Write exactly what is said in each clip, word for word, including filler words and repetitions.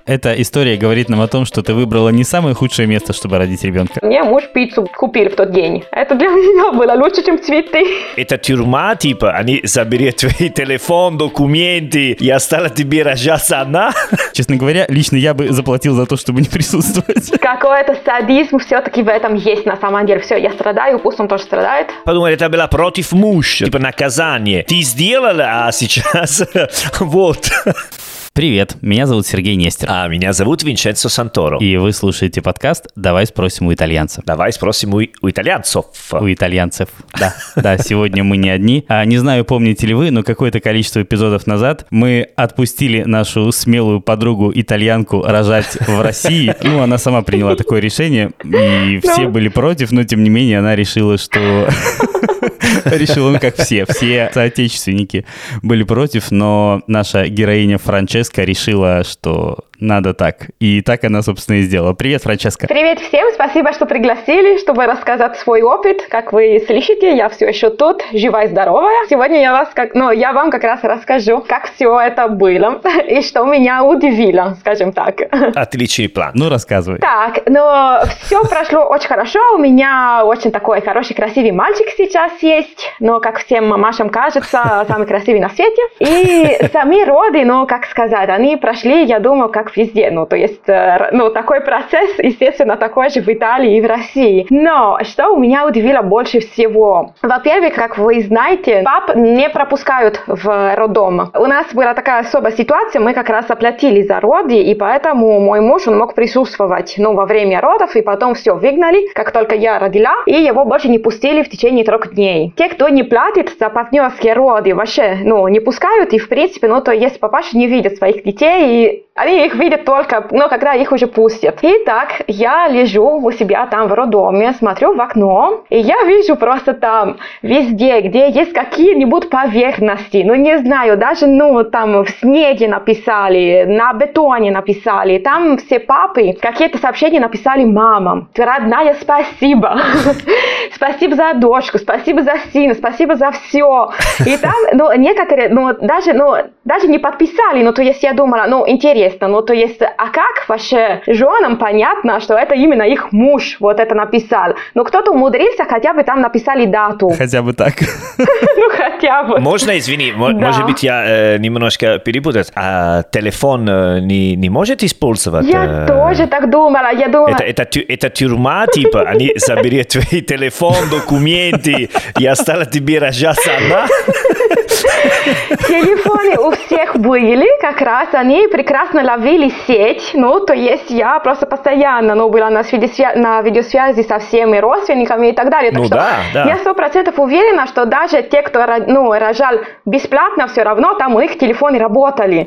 Эта история говорит нам о том, что ты выбрала не самое худшее место, чтобы родить ребенка. Мне муж пиццу купил в тот день. Это для меня было лучше, чем цветы. Это тюрьма, типа, они заберут твой телефон, документы, и осталось тебе рожаться одна? Честно говоря, лично я бы заплатил за то, чтобы не присутствовать. Какой-то садизм все-таки в этом есть на самом деле. Все, я страдаю, пусть он тоже страдает. Подумай, это было против мужа, типа наказание. Ты сделала, а сейчас вот... Привет, меня зовут Сергей Нестер. А меня зовут Винченцо Санторо. И вы слушаете подкаст «Давай спросим у итальянцев». Давай спросим у, у итальянцев. У итальянцев, да. Да, сегодня мы не одни. А, не знаю, помните ли вы, но какое-то количество эпизодов назад мы отпустили нашу смелую подругу-итальянку рожать в России. Ну, она сама приняла такое решение, и все были против, но тем не менее она решила, что... Решила, ну, как все, все соотечественники были против, но наша героиня Франческа решила, что надо так. И так она, собственно, и сделала. Привет, Франческа. Привет всем, спасибо, что пригласили, чтобы рассказать свой опыт. Как вы слышите, я все еще тут, живая и здоровая. Сегодня я, вас как, ну, я вам как раз расскажу, как все это было и что меня удивило, скажем так. Отличный план. Ну, рассказывай. Так, ну, все прошло очень хорошо. У меня очень такой хороший, красивый мальчик сейчас есть. Но, как всем мамашам кажется, самый красивый на свете. И сами роды, ну, как сказать, они прошли, я думаю, как везде. Ну, то есть, ну, такой процесс, естественно, такой же в Италии и в России. Но что у меня удивило больше всего? Во-первых, как вы знаете, пап не пропускают в роддом. У нас была такая особая ситуация, мы как раз оплатили за роды, и поэтому мой муж, он мог присутствовать, ну, во время родов, и потом все выгнали, как только я родила, и его больше не пустили в течение трех дней. Те, кто не платит за партнерские роды, вообще, ну, не пускают, и, в принципе, ну, то есть папаши не видят своих детей, и они их видят только, ну, когда их уже пустят. Итак, я лежу у себя там в роддоме, смотрю в окно, и я вижу просто там везде, где есть какие-нибудь поверхности, ну, не знаю, даже, ну, там в снеге написали, на бетоне написали, там все папы какие-то сообщения написали мамам. Родная, спасибо. Спасибо за дочку, спасибо за сына, спасибо за все. И там, ну, некоторые, ну, даже, ну, даже не подписали, ну, то есть я думала, ну, интересно, ну, то есть, а как вообще женам понятно, что это именно их муж вот это написал? Ну, кто-то умудрился, хотя бы там написали дату. Хотя бы так. Ну, хотя бы. Можно, извини, может быть, я немножко перепутал, а телефон не, не может использовать? Я тоже так думала, я думала... Это, это, это тюрьма, типа, они заберут твой телефон, документы, и осталось тебе рожаться одна? Телефоны у всех были, как раз они прекрасно ловили сеть, ну, то есть я просто постоянно, ну, была на, видеосвя- на видеосвязи со всеми родственниками и так далее, так ну, что да, да. я сто процентов уверена, что даже те, кто, ну, рожал бесплатно, все равно там у них телефоны работали.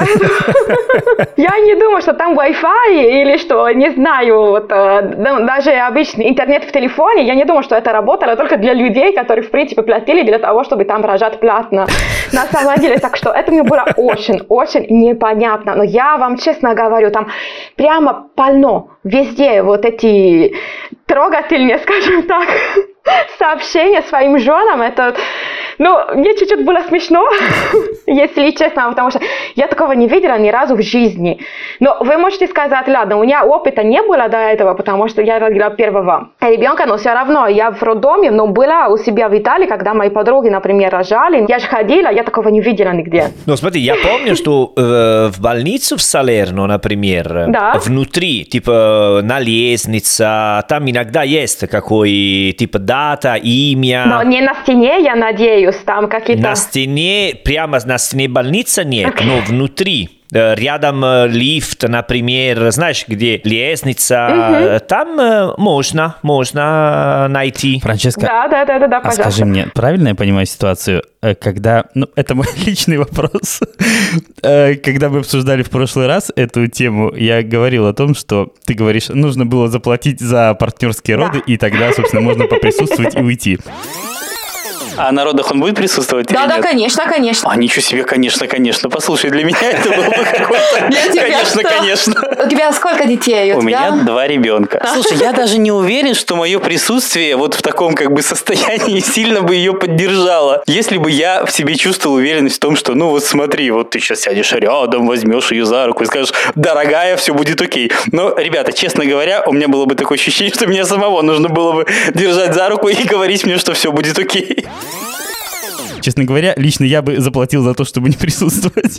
Я не думаю, что там Wi-Fi или что, не знаю, даже обычный интернет в телефоне, я не думаю, что это работало только для людей, которые, в принципе, платили для того, чтобы там рожать платно. На самом деле, так что это мне было очень-очень непонятно. Но я вам честно говорю, там прямо полно, везде вот эти трогательные, скажем так, сообщения своим женам. Это, ну, мне чуть-чуть было смешно, если честно, потому что я такого не видела ни разу в жизни. Но вы можете сказать, ладно, у меня опыта не было до этого, потому что я родила первого ребенка, но все равно я в роддоме, но была у себя в Италии, когда мои подруги, например, рожали. Я же ходила, я такого не видела нигде. Ну, смотри, я помню, что э, в больницу в Салерно, например, да? внутри, типа, на лестнице, там иногда есть какой, типа, дата, имя. Но не на стене, я надеюсь, там какие-то... На стене, прямо на стене больницы нет, okay. но внутри. Рядом лифт, например, знаешь, где лестница, mm-hmm. там можно, можно найти. Франческа, да, да, да, да, да, а скажи мне, правильно я понимаю ситуацию, когда, ну, это мой личный вопрос, когда мы обсуждали в прошлый раз эту тему, я говорил о том, что ты говоришь, нужно было заплатить за партнерские роды, да. И тогда, собственно, можно поприсутствовать и уйти. А на родах он будет присутствовать? Да, да, конечно, конечно. А, ничего себе, конечно, конечно. Послушай, для меня это было бы какой-то... Конечно, конечно. У тебя сколько детей? У меня два ребенка. Слушай, я даже не уверен, что мое присутствие вот в таком как бы состоянии сильно бы ее поддержало. Если бы я в себе чувствовал уверенность в том, что, ну вот смотри, вот ты сейчас сядешь рядом, возьмешь ее за руку и скажешь, дорогая, все будет окей. Но, ребята, честно говоря, у меня было бы такое ощущение, что меня самого нужно было бы держать за руку и говорить мне, что все будет окей. Честно говоря, лично я бы заплатил за то, чтобы не присутствовать.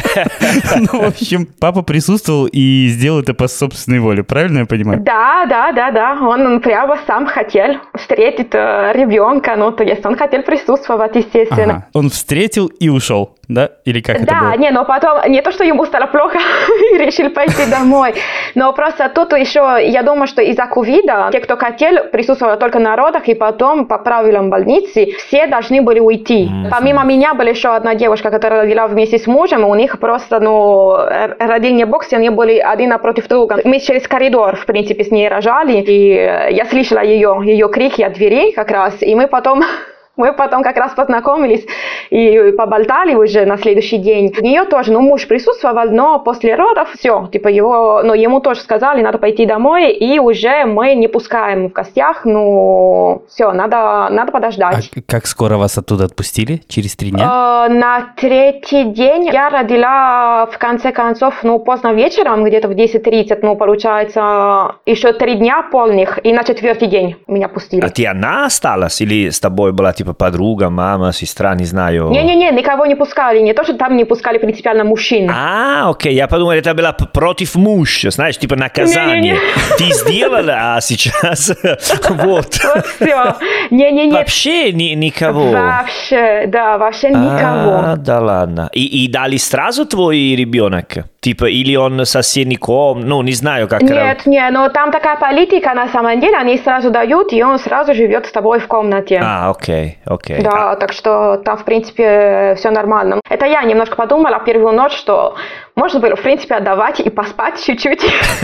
Ну, в общем, папа присутствовал и сделал это по собственной воле, правильно я понимаю? Да, да, да, да. Он прямо сам хотел встретить ребенка, ну, то есть он хотел присутствовать, естественно. Ага. Он встретил и ушел, да? Или как это было? Да, не, но потом, не то, что ему стало плохо, и решил пойти домой, но просто тут еще, я думаю, что из-за ковида, те, кто хотел, присутствовали только на родах, и потом, по правилам больницы, все должны были уйти. Помимо меня была еще одна девушка, которая родила вместе с мужем, и у них просто, ну, родильные боксы, они были один напротив друга. Мы через коридор, в принципе, с ней рожали, и я слышала ее, ее крики от дверей как раз, и мы потом... Мы потом как раз познакомились и поболтали уже на следующий день. У нее тоже, ну, муж присутствовал, но после родов все, типа его, ну, ему тоже сказали, надо пойти домой, и уже мы не пускаем в гостях, ну, все, надо, надо подождать. А как скоро вас оттуда отпустили? Через три дня? Э, на третий день я родила, в конце концов, ну, поздно вечером, где-то в десять тридцать, ну, получается, еще три дня полных, и на четвертый день меня пустили. А ты одна осталась или с тобой была, типа, подруга, мама, сестра, не знаю. Не-не-не, никого не пускали. Не то, что там не пускали принципиально мужчин. А, окей, я подумал, это было против мужа, знаешь, типа наказание. Не-не-не. Ты сделала, а сейчас вот. Вот все. Не-не-не. Вообще ни, никого? Вообще, да, вообще никого. А, да ладно. И, и дали сразу твой ребенок? Типа, или он соседний ком, ну, не знаю, как... Нет, нет, но там такая политика, на самом деле, они сразу дают, и он сразу живет с тобой в комнате. А, окей, окей. Да, а... так что там, в принципе, все нормально. Это я немножко подумала первую ночь, что можно было, в принципе, отдавать и поспать чуть-чуть.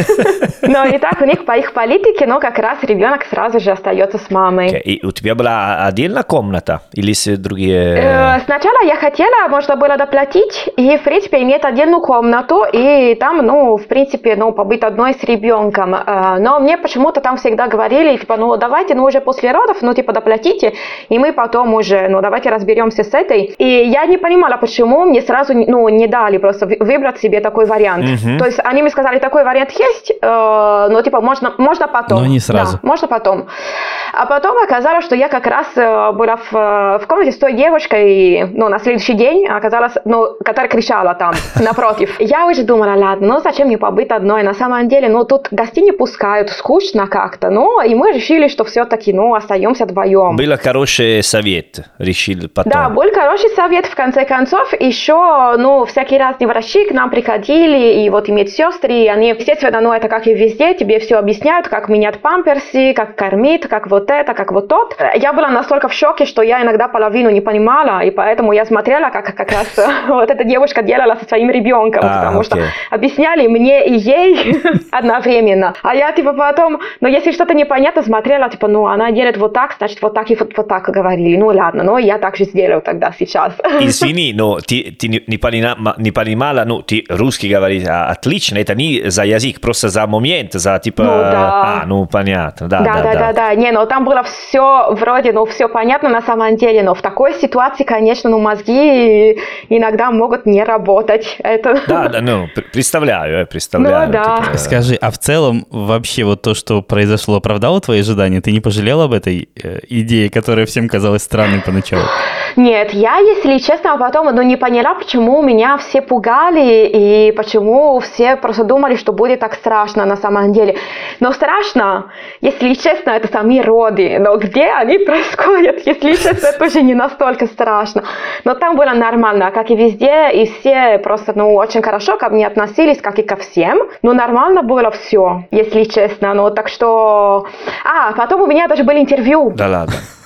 Но и так у них по их политике, но как раз ребенок сразу же остается с мамой. И у тебя была отдельная комната? Или с другие... Сначала я хотела, можно было доплатить, и, в принципе, иметь отдельную комнату, и там, ну, в принципе, ну, побыть одной с ребенком. Но мне почему-то там всегда говорили, типа, ну, давайте, ну, уже после родов, ну, типа, доплатите, и мы потом уже, ну, давайте разберемся с этой. И я не понимала, почему мне сразу, ну, не дали просто выбрать себе такой вариант. Mm-hmm. То есть они мне сказали, такой вариант есть, э, но, типа, можно, можно потом. Но не сразу. Да, можно потом. А потом оказалось, что я как раз была в, в комнате с той девушкой, ну, на следующий день оказалось, ну, которая кричала там, напротив. Я уже думала, ладно, ну, зачем мне побыть одной? На самом деле, ну, тут гостей не пускают, скучно как-то, ну, и мы решили, что все-таки, ну, остаемся вдвоем. Был хороший совет, решил потом. Да, был хороший совет, в конце концов, еще, ну, всякие разные врачи к нам приходили, и вот и медсестры, они, естественно, ну, это как и везде, тебе все объясняют, как менять памперсы, как кормить, как вот это, как вот тот. Я была настолько в шоке, что я иногда половину не понимала, и поэтому я смотрела, как как раз вот эта девушка делала со своим ребенком, а, потому окей. что объясняли мне и ей одновременно. А я, типа, потом, ну, если что-то непонятно, смотрела, типа, ну, она делает вот так, значит, вот так и вот, вот так говорили. Ну, ладно, ну, я так же сделаю тогда сейчас. Извини, но ты, ты не, понима, не понимала, ну, ты русский говоришь отлично, это не за язык, просто за момент, за, типа, ну, да. а, ну, понятно, да, да, да, да, да, да, да, не, ну, там было все вроде, ну, все понятно на самом деле, но в такой ситуации, конечно, ну, мозги иногда могут не работать. Это... Да, да, ну, представляю, представляю. Ну, да. Типа... Скажи, а в целом вообще вот то, что произошло, оправдало твои ожидания? Ты не пожалел об этой э, идее, которая всем казалась странной поначалу? Нет, я, если честно, потом, ну, не поняла, почему меня все пугали и почему все просто думали, что будет так страшно на самом деле. Но страшно, если честно, это сами роды. Но где они происходят, если честно, это уже не настолько страшно. Но там было нормально, как и везде, и все просто, ну, очень хорошо ко мне относились, как и ко всем. Но нормально было все, если честно. Ну, так что... А, потом у меня даже были интервью. Да ладно.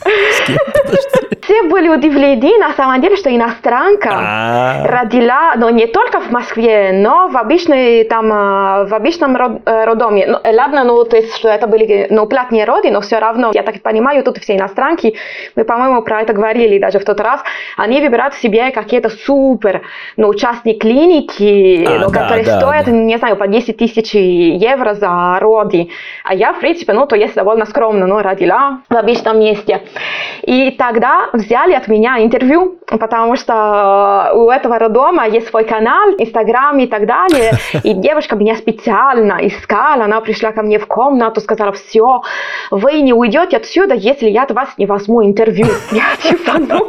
С кем? Подожди. Все были удивлены, на самом деле, что иностранка А. родила, но не только в Москве, но в обычной, там, в обычном род- роддоме. Ну, ладно, ну, то есть, что это были, ну, платные роды, но все равно, я так понимаю, тут все иностранки, мы, по-моему, про это говорили даже в тот раз, они выбирают себе какие-то супер, ну, частные клиники, А, ну, да, которые да, стоят, да. не знаю, по десять тысяч евро за роды. А я, в принципе, ну, то есть довольно скромно, ну, родила в обычном месте. И тогда взяли от меня интервью, потому что у этого роддома есть свой канал, Инстаграм и так далее. И девушка меня специально искала, она пришла ко мне в комнату, сказала: все, вы не уйдете отсюда, если я от вас не возьму интервью. Я типа, ну...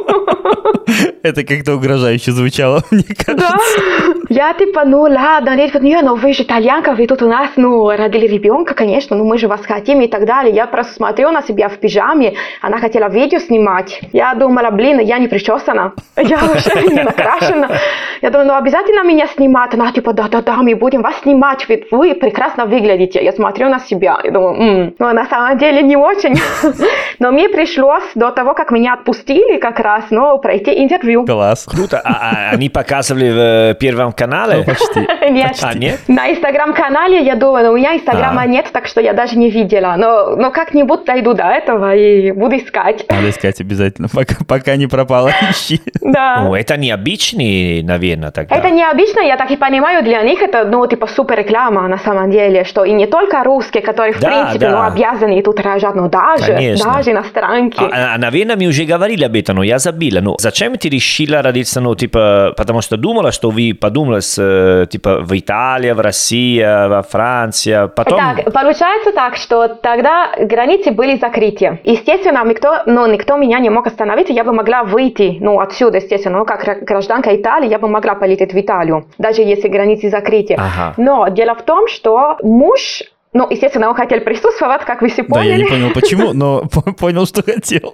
Это как-то угрожающе звучало, мне кажется. Да. Я типа, ну ладно, они типа, не, ну вы же итальянка, вы тут у нас, ну, родили ребенка, конечно, ну мы же вас хотим и так далее. Я просто смотрю на себя в пижаме, она хотела видео снимать. Я думала, блин, я не причесана, я вообще не накрашена. Я думаю, ну обязательно меня снимать. Она типа, да-да-да, мы будем вас снимать, ведь вы прекрасно выглядите. Я смотрю на себя, я думаю, м-м. Ну на самом деле не очень. Но мне пришлось до того, как меня отпустили как раз, ну, пройти интервью. Класс. Круто. А, а они показывали в Первом канале? Ну, почти. Нет. А, нет? На Инстаграм-канале, я думаю, но у меня Инстаграма А. нет, так что я даже не видела. Но, но как-нибудь дойду до этого и буду искать. Надо искать обязательно, пока, пока не пропало, ищи. Да. Ну, это необычный, наверное, тогда. Это необычно, я так и понимаю, для них это, ну, типа, супер реклама на самом деле, что и не только русские, которые, в Да, принципе, да. ну, обязаны тут рожать, но даже, Конечно. даже иностранки. А, а, наверное, мы уже говорили об этом, но я забыла. Ну, зачем ты решила родиться, ну, типа, потому что думала, что вы подумали, с, типа, в Италии, в России, во Франции, потом... Так, получается так, что тогда границы были закрыты. Естественно, никто, ну, никто меня не мог остановить, я бы могла выйти, ну, отсюда, естественно, ну, как гражданка Италии, я бы могла полететь в Италию, даже если границы закрыты. Ага. Но дело в том, что муж, ну, естественно, он хотел присутствовать, как вы все Да, я поняли. не понял почему, но по- понял, что хотел.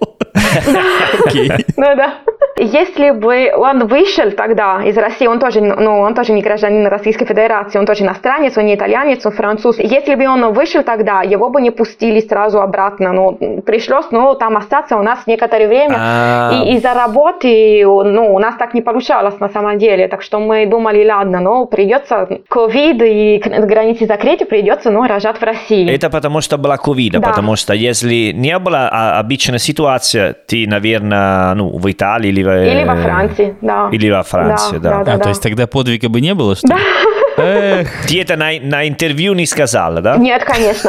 Окей. Ну да. Если бы он вышел тогда из России, он тоже, ну, он тоже не гражданин Российской Федерации, он тоже иностранец, он не итальянец, он француз. Если бы он вышел тогда, его бы не пустили сразу обратно. Ну, пришлось, ну, там остаться у нас некоторое время. А. И из-за работы, ну, у нас так не получалось на самом деле. Так что мы думали, ладно, ну, придется ковид и границы закрыть, придется, ну, рожать в России. Это потому что была ковида, Да. потому что если не была а, обычная ситуация, ты, наверное, ну, в Италии или, в, Или во Франции, да. Или во Франции, да. А, то есть тогда подвига бы не было, что ли? Эх, Ты это на, на интервью не сказала, да? Нет, конечно.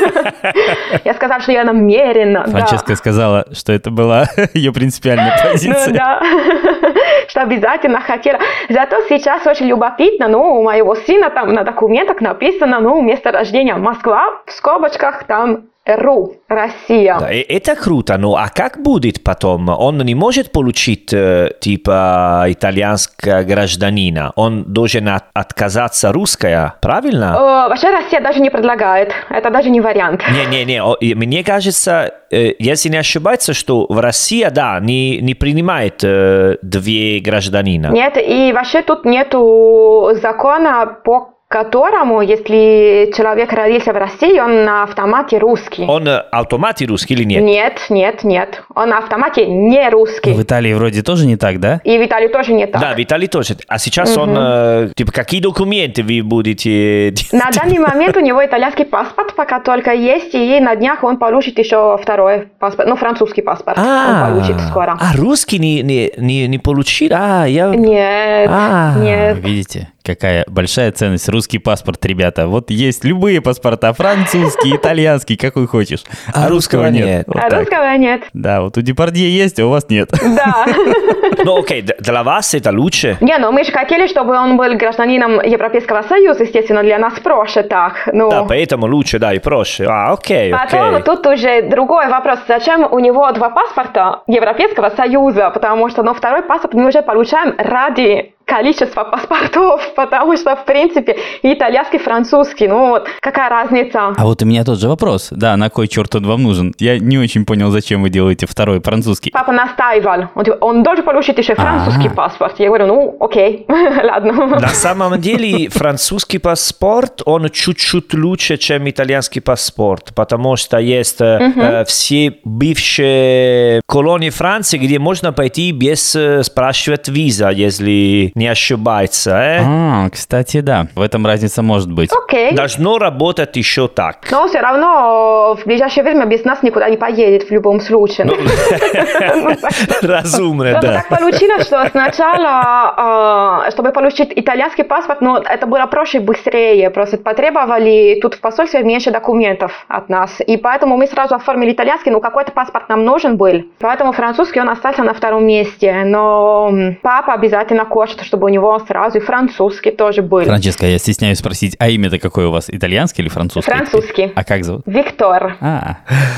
Я сказала, что я намеренно. да. Франческа сказала, что это была ее принципиальная Ну позиция. да, что обязательно хотела. Зато сейчас очень любопытно, ну, у моего сына там на документах написано, ну, место рождения Москва, в скобочках там РУ, Россия. Да, и это круто, но а как будет потом? Он не может получить э, типа итальянского гражданина, он должен от- отказаться русская, правильно? О, вообще Россия даже не предлагает, это даже не вариант. Не-не-не, о, и мне кажется, э, если не ошибаться, что в России, да, не, не принимает э, две гражданина. Нет, и вообще тут нету закона, по которому, если человек родился в России, он на автомате русский. Он э, автомат русский или нет? Нет, нет, нет. Он на автомате не русский. В Италии вроде тоже не так, да? И в Италии тоже не так. Да, в Италии тоже. А сейчас он, э, типа, какие документы вы будете... На данный момент у него итальянский паспорт пока только есть, и на днях он получит еще второй паспорт, ну, французский паспорт он получит скоро. А русский не, не, не, не получил? А, я... Нет, А, нет. Видите, какая большая ценность. Русский паспорт, ребята. Вот есть любые паспорта. Французский, итальянский, какой хочешь. А русского нет. Вот А так. русского нет. Да, вот у Депардье есть, а у вас нет. Да. Ну, окей, д- для вас это лучше. Не, ну мы же хотели, чтобы он был гражданином Европейского Союза, естественно, для нас проще так. Ну, Да, поэтому лучше, да, и проще. А, окей, потом окей. тут уже другой вопрос, зачем у него два паспорта Европейского Союза, потому что, ну, второй паспорт мы уже получаем ради количество паспортов, потому что, в принципе, и итальянский, и французский, ну вот, какая разница? А вот у меня тот же вопрос. Да, на кой черт он вам нужен? Я не очень понял, зачем вы делаете второй французский. Папа настаивал. Он, типа, он должен получить еще французский А-а-а. паспорт. Я говорю, ну, окей, ладно. На самом деле, французский паспорт, он чуть-чуть лучше, чем итальянский паспорт, потому что есть uh-huh. э, все бывшие колонии Франции, где можно пойти без э, спрашивать виза, если не ошибается. Э? А, кстати, да, в этом разница может быть. Окей. Должно работать еще так. Но все равно в ближайшее время без нас никуда не поедет в любом случае. Разумно, да. Так получилось, что сначала, чтобы получить итальянский паспорт, но это было проще и быстрее. Просто потребовали тут в посольстве меньше документов от нас. И поэтому мы сразу оформили итальянский, но какой-то паспорт нам нужен был. Поэтому французский он остался на втором месте. Но папа обязательно хочет, чтобы у него сразу и французский тоже был. Франческа, я стесняюсь спросить, а имя-то какое у вас? Итальянский или французский? Французский. А как зовут? Виктор. А.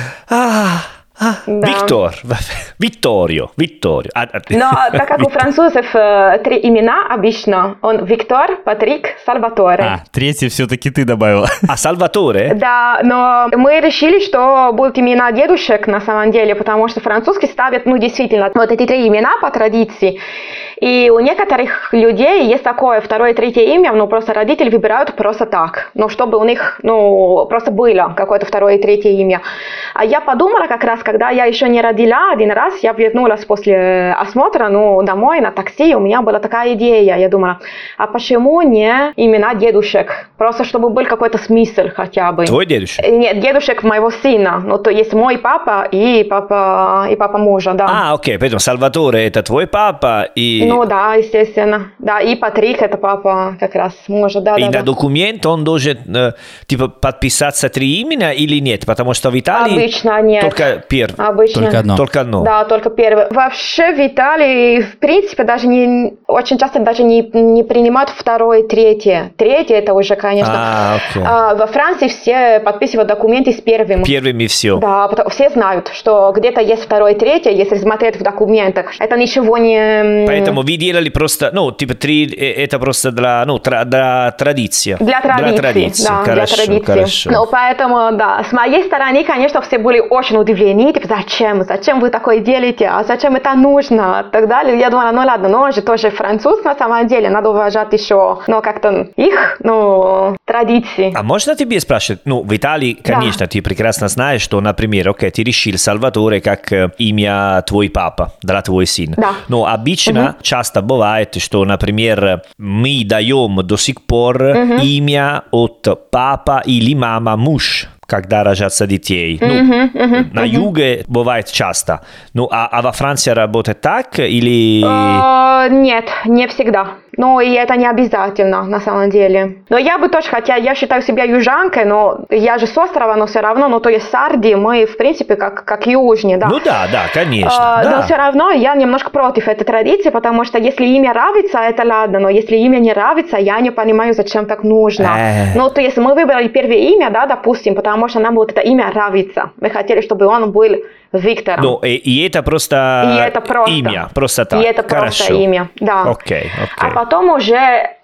А, да. Виктор, Витторио, Витторио. Но так как у французов э, три имена обычно, он Виктор, Патрик, Сальваторе. А, третий все-таки ты добавила. А, Сальваторе? Да, но мы решили, что будут имена дедушек на самом деле, потому что французский ставят, ну, действительно, вот эти три имена по традиции. И у некоторых людей есть такое второе и третье имя, ну, просто родители выбирают просто так, ну, чтобы у них, ну, просто было какое-то второе и третье имя. А я подумала как раз, когда я еще не родила, один раз я вернулась после осмотра, ну, домой на такси, у меня была такая идея, я думала, а почему не имена дедушек? Просто чтобы был какой-то смысл хотя бы. Твой дедушек? Нет, дедушек моего сына, ну, то есть мой папа и папа, и папа мужа, да. А, окей, поэтому Сальваторе это твой папа и... Ну да, естественно. Да, и Патрик, это папа как раз мужа, да, и да. на да. документ он должен, э, типа, подписаться три имени или нет? Потому что в Италии... Обычно нет. Только первое. Обычно. Только одно. Только одно. Да, только первое. Вообще в Италии, в принципе, даже не... Очень часто даже не, не принимают второе и третье. Третье это уже, конечно... А, окей. А, во Франции все подписывают документы с первым. Первыми все. Да, потому, все знают, что где-то есть второе и третье, если смотреть в документах. Это ничего не... Поэтому вы делали просто, ну, типа, три, это просто для, ну, тра, для традиции. Для традиции, для традиции. да, Хорошо, для традиции. Хорошо. Ну, поэтому, да, с моей стороны, конечно, все были очень удивлены, типа, зачем, зачем вы такое делаете, а зачем это нужно, и так далее. Я думала, ну, ладно, но он же тоже француз, на самом деле, надо уважать еще, ну, как-то их, ну, традиции. А можно тебе спрашивать, ну, в Италии, конечно, да. Ты прекрасно знаешь, что, например, окей, ты решил Сальваторе как имя твой папа, для твой сын. Да. Но обычно, угу. часто бывает, что, например, мы даем до сих пор угу. имя от папа или мама муж, когда рожатся детей. Ну, uh-huh, uh-huh, на uh-huh. юге бывает часто. Ну, а, а во Франции работает так или... Uh, нет, не всегда. Ну, и это не обязательно, на самом деле. Но я бы тоже, хотя я считаю себя южанкой, но я же с острова, но все равно, ну, то есть Сардии, мы, в принципе, как, как южне, да. Ну да, да, конечно. Uh, да. Но все равно я немножко против этой традиции, потому что если имя нравится, это ладно, но если имя не нравится, я не понимаю, зачем так нужно. Э. Ну, то есть мы выбрали первое имя, да, допустим, потому что нам вот это имя нравится. Мы хотели, чтобы он был Виктором. Ну, и, и это просто, и это просто имя, просто так. И это Хорошо. просто имя, да. Окей, окей. А потом уже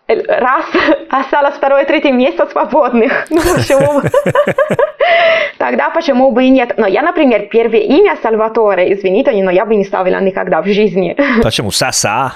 раз осталось второе и третье место свободных. Ну, почему? Тогда почему бы и нет? Но я, например, первое имя Сальваторе, извините, но я бы не ставила никогда в жизни. Почему? Саса?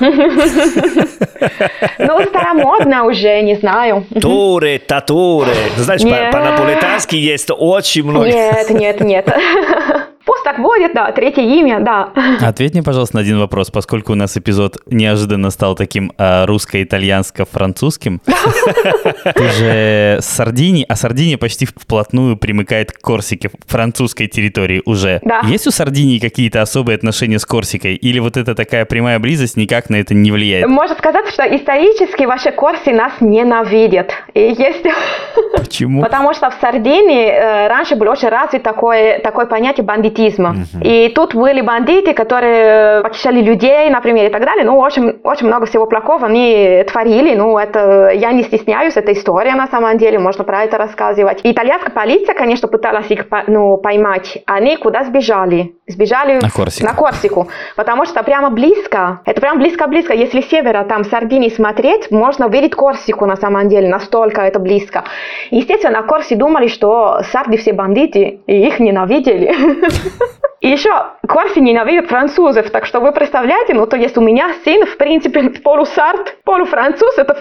Ну, старомодно уже, не знаю. Торе, таторе. Знаешь, по- по-наполитански есть очень много. Нет, нет, нет. Пусть так будет, да, третье имя, да. Ответь мне, пожалуйста, на один вопрос, поскольку у нас эпизод неожиданно стал таким э, русско-итальянско-французским. Ты же с Сардинии, а Сардиния почти вплотную примыкает к Корсике, французской территории уже. Да. Есть у Сардинии какие-то особые отношения с Корсикой? Или вот эта такая прямая близость никак на это не влияет? Можно сказать, что исторически ваши Корси нас ненавидят. И есть... Почему? Потому что в Сардинии э, раньше было очень развито такое, такое понятие бандитизма. Mm-hmm. И тут были бандиты, которые похищали людей, например, и так далее. Ну, очень, очень много всего плохого они творили. Ну, это я не стесняюсь, это история на самом деле, можно про это рассказывать. И итальянская полиция, конечно, пыталась их ну, поймать. Они куда сбежали? Сбежали на Корсику. на Корсику. Потому что прямо близко, это прям близко-близко. Если с севера там Сардинии смотреть, можно увидеть Корсику на самом деле, настолько это близко. Естественно, на Корсе думали, что сарды все бандиты, и их ненавидели. И еще Корси ненавидят французов, так что вы представляете, ну то есть у меня сын, в принципе, полусард, полуфранцуз, это,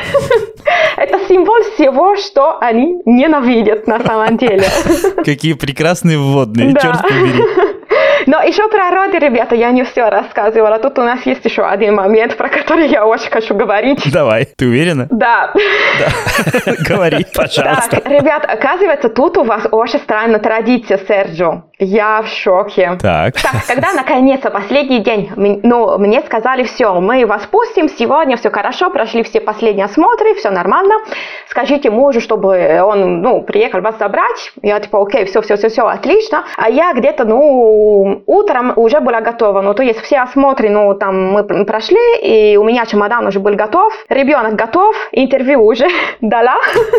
это символ всего, что они ненавидят на самом деле. Какие прекрасные вводные, да. Черт побери. Но еще про роды, ребята, я не все рассказывала. Тут у нас есть еще один момент, про который я очень хочу говорить. Давай, ты уверена? Да. Да. Говори, пожалуйста. Так, ребят, оказывается, тут у вас очень странная традиция, Серджио. Я в шоке. Так. Так, когда наконец-то последний день, ну, мне сказали, все, мы вас пустим, сегодня все хорошо, прошли все последние осмотры, все нормально. Скажите мужу, чтобы он, ну, приехал вас забрать. Я типа, окей, все, все, все, все, отлично. А я где-то, ну, утром уже была готова. Ну, то есть все осмотры, ну, там мы прошли, и у меня чемодан уже был готов, ребенок готов, интервью уже дала.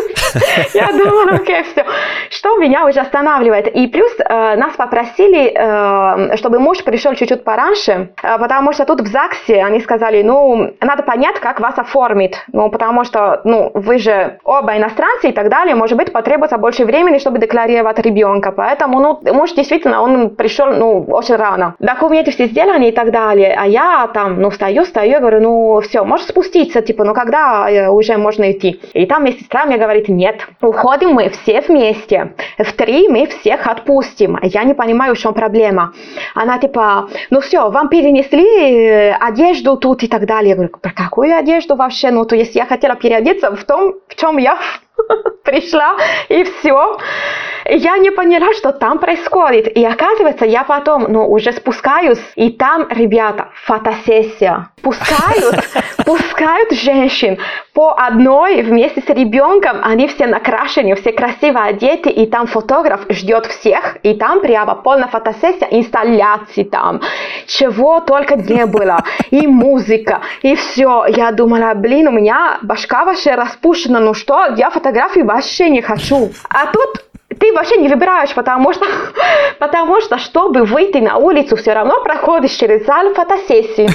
Я думала, окей, все. Что меня уже останавливает? И плюс нас попросили, чтобы муж пришел чуть-чуть пораньше, потому что тут в ЗАГСе они сказали, ну, надо понять, как вас оформить. Ну, потому что, ну, вы же оба иностранцы и так далее, может быть, потребуется больше времени, чтобы декларировать ребенка. Поэтому, ну, муж действительно, он пришел, ну, очень рано. Документы все сделаны и так далее. А я там, ну, стою, стою, я говорю, ну, все, можешь спуститься, типа, ну, когда уже можно идти? И там медсестра мне говорит, нет, уходим мы все вместе. В три мы всех отпустим. Я не понимаю, в чем проблема. Она типа, ну, все, вам перенесли одежду тут и так далее. Я говорю, про какую одежду вообще? Ну, то есть я хотела переодеться в том, в чем я пришла, и все. Я не поняла, что там происходит. И оказывается, я потом, ну, уже спускаюсь, и там, ребята, фотосессия. Пускают, пускают женщин по одной вместе с ребенком. Они все накрашены, все красиво одеты, и там фотограф ждет всех, и там прямо полная фотосессия, инсталляции там. Чего только не было. И музыка, и все. Я думала, блин, у меня башка вообще распущена, ну что, я фотографии вообще не хочу. А тут ты вообще не выбираешь, потому что, потому что, чтобы выйти на улицу, все равно проходишь через зал фотосессии.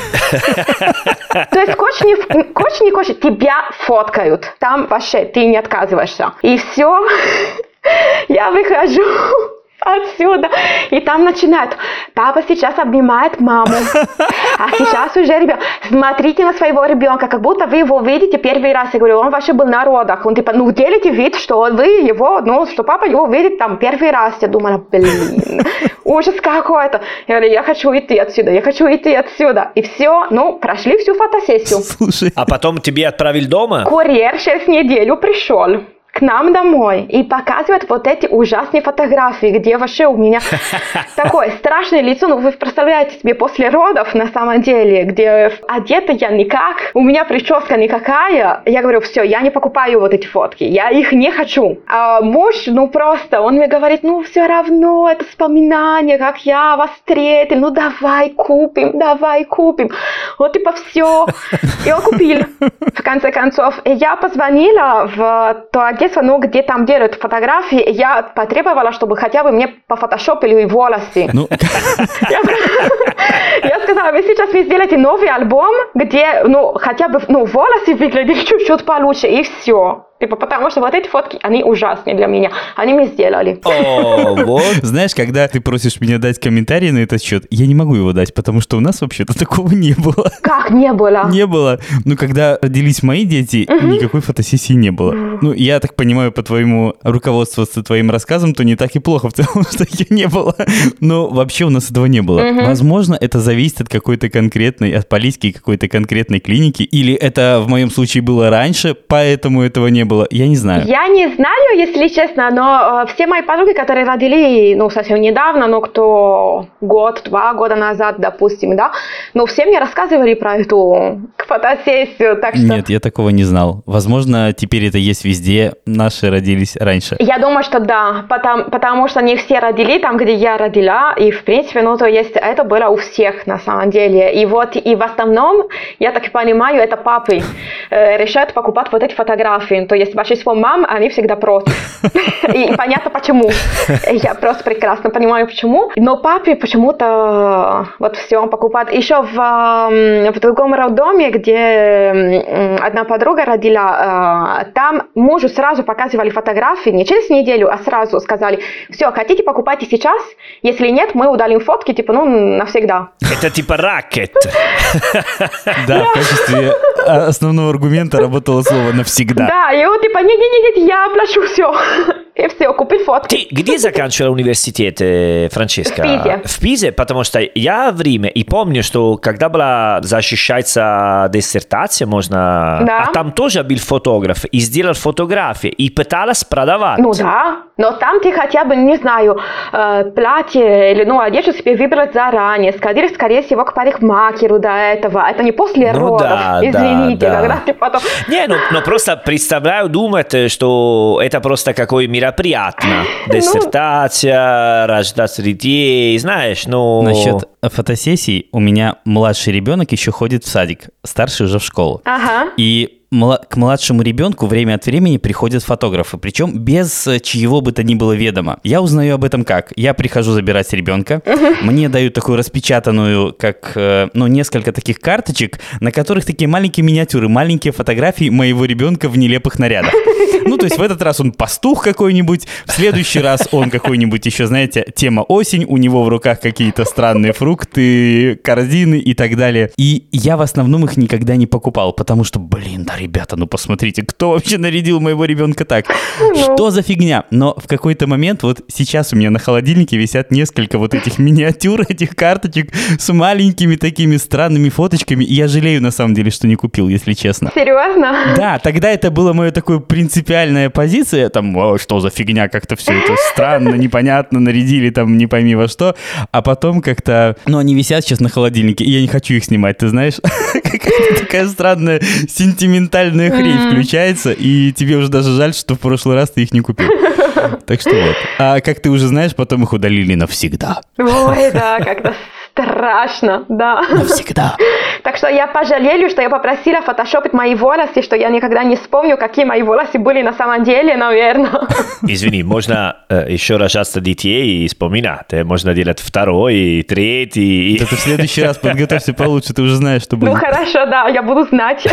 То есть, хочешь не, хочешь, не хочешь, тебя фоткают. Там вообще ты не отказываешься. И все, я выхожу отсюда, и там начинают, папа сейчас обнимает маму, а сейчас уже ребенок, смотрите на своего ребенка, как будто вы его видите первый раз. Я говорю, он вообще был на родах, он типа, ну делите вид, что вы его, ну, что папа его видит там первый раз. Я думала, блин, ужас какой-то. Я говорю, я хочу идти отсюда, я хочу идти отсюда. И все, ну, прошли всю фотосессию. Слушай. А потом тебе отправили дома? Курьер через неделю пришел к нам домой и показывает вот эти ужасные фотографии, где вообще у меня такое страшное лицо, ну вы представляете себе после родов на самом деле, где одета я никак, у меня прическа никакая. Я говорю, все, я не покупаю вот эти фотки, я их не хочу. А муж, ну просто, он мне говорит, ну все равно, это вспоминание, как я вас встретил, ну давай купим, давай купим. Вот типа все. И он купил, в конце концов. И я позвонила в то агентство, ну, где там делают фотографии, я потребовала, чтобы хотя бы мне пофотошопили волосы. Ну. Я сказала, вы сейчас мне сделаете новый альбом, где, ну, хотя бы, ну, волосы выглядят чуть-чуть получше, и все. Типа, потому что вот эти фотки, они ужасные для меня. Они мне сделали. О, вот. Знаешь, когда ты просишь меня дать комментарий на этот счет, я не могу его дать, потому что у нас вообще-то такого не было. Как не было? Не было. Ну, когда родились мои дети, угу. никакой фотосессии не было. Угу. Ну, я так понимаю, по твоему руководствоваться твоим рассказом, то не так и плохо в целом, что ее не было. Но вообще у нас этого не было. Угу. Возможно, это зависит от какой-то конкретной, от политики какой-то конкретной клиники, или это в моем случае было раньше, поэтому этого не было. было, я не знаю. Я не знаю, если честно, но э, все мои подруги, которые родили, ну, совсем недавно, ну, кто год, два года назад, допустим, да, ну, все мне рассказывали про эту фотосессию, так что... Нет, я такого не знал. Возможно, теперь это есть везде, наши родились раньше. Я думаю, что да, потому, потому что не все родили там, где я родила, и, в принципе, ну, то есть это было у всех, на самом деле. И вот, и в основном, я так понимаю, это папы э, решают покупать вот эти фотографии. То есть большинство мам, они всегда против. И понятно почему. Я просто прекрасно понимаю почему. Но папе почему-то вот все он покупает. Еще в, в другом роддоме, где одна подруга родила, там мужу сразу показывали фотографии, не через неделю, а сразу сказали: все, хотите, покупайте сейчас, если нет, мы удалим фотки, типа, ну, навсегда. Это типа ракет. Да, в качестве основного аргумента работало слово «навсегда». Да, и вот типа, не-не-не, я оплачу все. И все, купи фотки. Ты где заканчивала университет, Франческа? В Пизе. В Пизе, потому что я в Риме, и помню, что когда была защищаться диссертация, можно... Да. А там тоже был фотограф, и сделал фотографии, и пыталась продавать. Ну да, но там ты хотя бы, не знаю, э, платье или, ну, одежду себе выбрать заранее, сходили, скорее всего, к парикмахеру до этого. Это не после Ну родов, да, извините, да, да. когда ты потом... Не, ну, ну просто представляю, думать, что это просто какое мероприятие. Диссертация, рождаться детей, знаешь, ну... Насчет фотосессий, у меня младший ребенок еще ходит в садик, старший уже в школу. Ага. И к младшему ребенку время от времени приходят фотографы, причем без чьего бы то ни было ведома. Я узнаю об этом как? Я прихожу забирать ребенка, uh-huh. мне дают такую распечатанную, как, ну, несколько таких карточек, на которых такие маленькие миниатюры, маленькие фотографии моего ребенка в нелепых нарядах. Ну, то есть в этот раз он пастух какой-нибудь, в следующий раз он какой-нибудь еще, знаете, тема осень, у него в руках какие-то странные фрукты, корзины и так далее. И я в основном их никогда не покупал, потому что, блин, да, ребята, ну посмотрите, кто вообще нарядил моего ребенка так? Что за фигня? Но в какой-то момент, вот сейчас у меня на холодильнике висят несколько вот этих миниатюр, этих карточек с маленькими такими странными фоточками, и я жалею на самом деле, что не купил, если честно. Серьезно? Да, тогда это было мое такое принципиальная позиция, там, о, что за фигня, как-то все это странно, непонятно, нарядили там не пойми во что, а потом как-то, ну, они висят сейчас на холодильнике, и я не хочу их снимать, ты знаешь? Какая-то такая странная сентиментальная хрень mm. включается, и тебе уже даже жаль, что в прошлый раз ты их не купил. Так что вот. А как ты уже знаешь, потом их удалили навсегда. Ой, да, как-то страшно, да. Навсегда. Так что я пожалею, что я попросила фотошопить мои волосы, что я никогда не вспомню, какие мои волосы были на самом деле, наверное. Извини, можно э, еще рожаться детей и вспоминать. Можно делать второй, третий. Да ты в следующий раз подготовься получше, ты уже знаешь, что будет. Ну хорошо, да, я буду знать.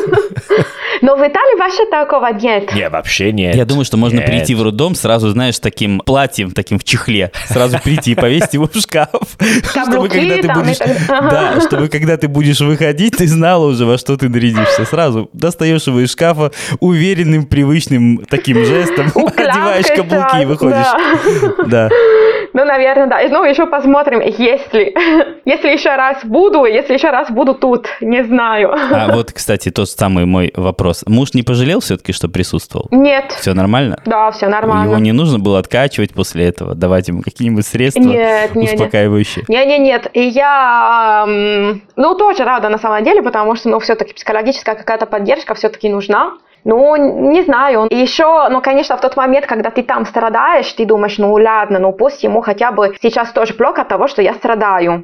Но в Италии вообще такого нет. Нет, вообще нет. Я думаю, что можно нет. прийти в роддом сразу, знаешь, с таким платьем, таким в чехле, сразу прийти и повесить его в шкаф. Чтобы когда ты будешь, да, чтобы когда ты будешь выходить, ты знала уже, во что ты нарядишься. Сразу достаешь его из шкафа уверенным, привычным таким жестом, одеваешь каблуки и выходишь. Да. Ну, наверное, да. Ну, еще посмотрим, если, если еще раз буду, если еще раз буду тут, не знаю. А вот, кстати, тот самый мой вопрос. Муж не пожалел все-таки, что присутствовал? Нет. Все нормально? Да, все нормально. Его не нужно было откачивать после этого, давать ему какие-нибудь средства нет, нет, успокаивающие? Нет, нет, нет. И я, ну, тоже рада на самом деле, потому что, ну, все-таки психологическая какая-то поддержка все-таки нужна. Ну, не знаю. И еще, ну, конечно, в тот момент, когда ты там страдаешь, ты думаешь, ну, ладно, ну, пусть ему хотя бы сейчас тоже плохо от того, что я страдаю.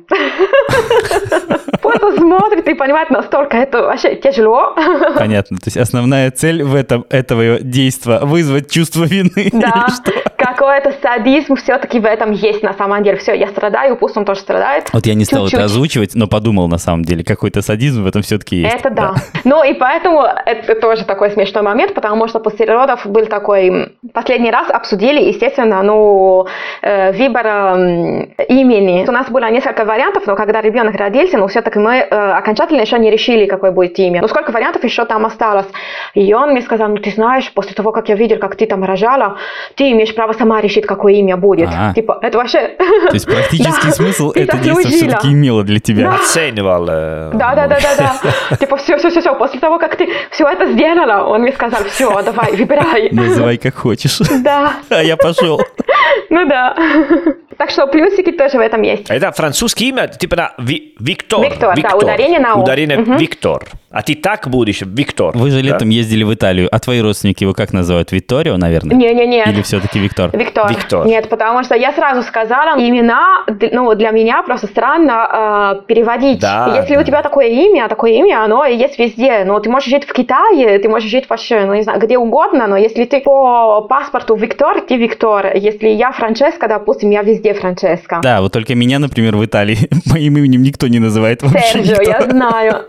Просто смотрит и понимает, настолько это вообще тяжело. Понятно. То есть основная цель в этом, этого действия – вызвать чувство вины. Да, какой-то садизм все-таки в этом есть на самом деле. Все, я страдаю, пусть он тоже страдает. Вот я не стал Чуть-чуть. это озвучивать, но подумал на самом деле, какой-то садизм в этом все-таки есть. Это да. да. Ну и поэтому это тоже такой смешной момент, потому что после родов был такой... Последний раз обсудили, естественно, ну, э, выбор э, имени. У нас было несколько вариантов, но когда ребенок родился, ну, все-таки мы э, окончательно еще не решили, какое будет имя. Ну, сколько вариантов еще там осталось. И он мне сказал, ну, ты знаешь, после того, как я видел, как ты там рожала, ты имеешь право держава сама решит, какое имя будет. А. Типа, это вообще... То есть практический Да. смысл Ты это так действо научила. все-таки имело для тебя. Оценивал. э, Да, да, да, да, да. Типа, все, все, все, все. После того, как ты все это сделала, он мне сказал, все, давай, выбирай. Называй как хочешь. Да, А я пошел. ну да. Так что плюсики тоже в этом есть. Это французское имя, типа на Ви- Виктор. Виктор, да, ударение на «о». Ударение Мгм. Виктор. А ты так будешь, Виктор. Вы же да? летом ездили в Италию, а твои родственники его как называют? Витторио, наверное? Не-не-не. Или все-таки Виктор? Виктор. Виктор. Нет, потому что я сразу сказала, имена, д- ну, для меня просто странно э, переводить. Да, Если да. у тебя такое имя, такое имя, оно есть везде. Ну, ты можешь жить в Китае, ты можешь жить вообще, ну, не знаю, где угодно, но если ты по паспорту Виктор, ты Виктор. Если я Франческа, допустим, я везде Франческа. Да, вот только меня, например, в Италии моим именем никто не называет вообще. Серджио, никто. я знаю.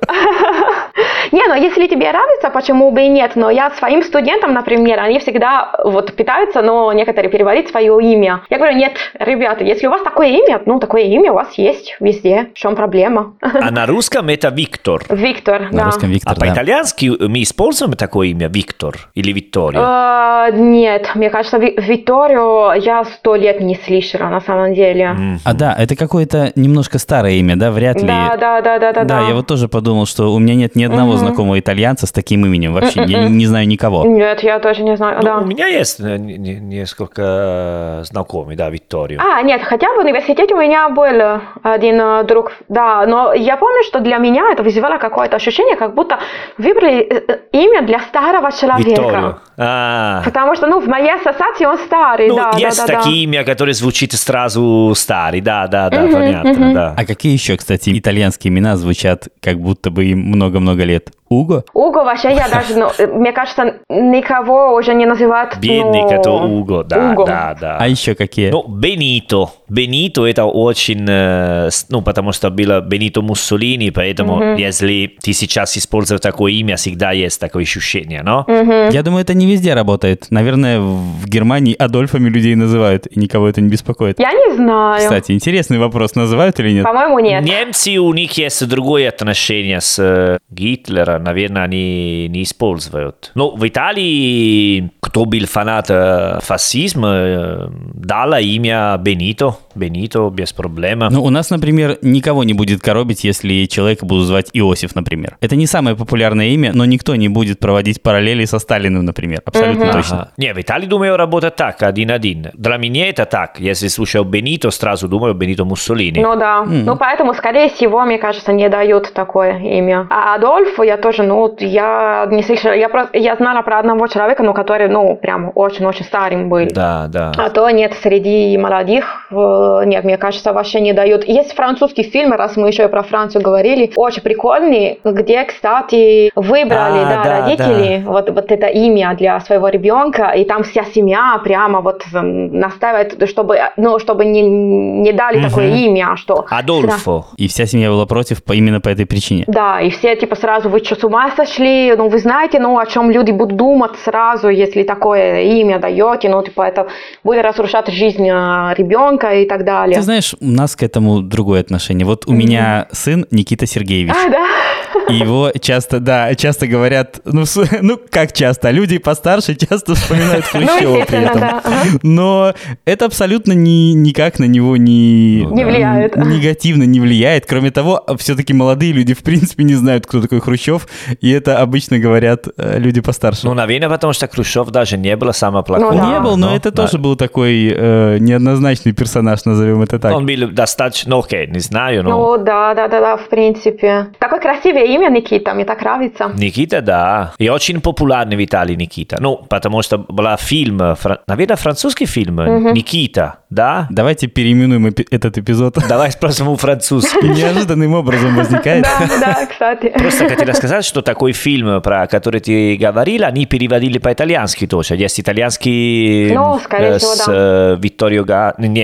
Не, ну если тебе нравится, почему бы и нет? Но я своим студентам, например, они всегда вот пытаются, но некоторые переводить свое имя. Я говорю, нет, ребята, если у вас такое имя, ну такое имя у вас есть везде. В чем проблема? А на русском это Виктор. Виктор, На да. русском Виктор, А да. по-итальянски мы используем такое имя Виктор или Викторио? Э, Нет, мне кажется, Ви- Витторио я сто лет не слышала на самом деле. А да, это какое-то немножко старое имя, да? Вряд ли... Да, да, да, да, да, Да, я вот тоже подумал, что у меня нет ни одного знакомого итальянца с таким именем. Вообще, я не знаю никого. Нет, я тоже не знаю, Ну, да. у меня есть э, не- не- несколько э, знакомых, да, Викторио. А, нет, хотя в университете у меня был один э, друг, да, но я помню, что для меня это вызывало какое-то ощущение, как будто выбрали э, э, имя для старого человека. Викторио. А. Потому что, ну, в моей ассоциации он старый, Ну, да, есть да, да, такие да. имя, которые звучит сразу старый, да, да, да, понятно, да. А какие еще, кстати, итальянские имена звучат, как будто бы им много-много лет? Уго? Уго вообще я даже, ну, э, мне кажется, никого уже не называют, Бедный, ну, это Уго, да, Уго. да, да. А еще какие? Ну, Бенито. Бенито это очень, э, с- ну, потому что было Бенито Муссолини, поэтому если ты сейчас используешь такое имя, всегда есть такое ощущение, но? Я думаю, это не везде работает. Наверное, в Германии Адольфами людей называют, и никого это не беспокоит. Я не знаю. Кстати, интересный вопрос, называют или нет? По-моему, нет. Немцы, у них есть другое отношение с э, Гитлером, наверное, они не используют. Но в Италии, кто был фанат э, фашизма, э, дала имя Бенито. Бенито без проблем. Ну, у нас, например, никого не будет коробить, если человека будут звать Иосиф, например. Это не самое популярное имя, но никто не будет проводить параллели со Сталиным, например. Абсолютно точно. Ага. Не, в Италии, думаю, работает так, один-один. Для меня это так. Если слушаю Бенито, сразу думаю Бенито Муссолини. Ну да, ну поэтому, скорее всего, мне кажется, не дают такое имя. А Адольф, я тоже, ну, я не слышала, я, просто, я знала про одного человека, ну, который, ну, прям очень-очень старым был. Да, да. А то нет, среди молодых, э, нет, мне кажется, вообще не дают. Есть французский фильм, раз мы еще и про Францию говорили, очень прикольный, где, кстати, выбрали, А, да, да, родители Вот, вот это имя для своего ребенка, и там вся семья прямо вот м, настаивает, чтобы, ну, чтобы не, не дали такое имя, что... Адольфо. И вся семья была против по- именно по этой причине. Да, и все типа сразу, вы что, с ума сошли? Ну, вы знаете, ну, о чем люди будут думать сразу, если такое имя даете, ну, типа, это будет разрушать жизнь а, ребенка и так далее. Ты знаешь, у нас к этому другое отношение. Вот у меня сын Никита Сергеевич. А, да. И его часто, да, часто говорят, ну, с- ну как часто, люди постарше часто вспоминают Хрущева при естественно, этом. да, ага. Но это абсолютно ни, никак на него не, Не влияет. н- негативно не влияет. Кроме того, все-таки молодые люди в принципе не знают, кто такой Хрущев, и это обычно говорят э, люди постарше. Ну, наверное, потому что Хрущев даже не был самым плохим. Ну, да. Не был, но это да. тоже был такой э, неоднозначный персонаж, назовем это так. Он был достаточно, ну, окей, не знаю, но... Ну, да, да, да, да, в принципе. Такое красивое имя Никита, мне так нравится. Никита, да. И очень популярный в Италии Никита. Ну, потому что был фильм, фра- наверное, французский фильм «Никита», да? Давайте переименуем эпи- этот эпизод. Давай спросим у французского. Неожиданным образом возникает. Да, да, кстати. Просто хотела сказать, что такой фильм, про который ты говорила, они переводили по-итальянски тоже. Есть итальянский Ну, скорее э, всего, с да. э, Витторио Га... Не, не, Ну, не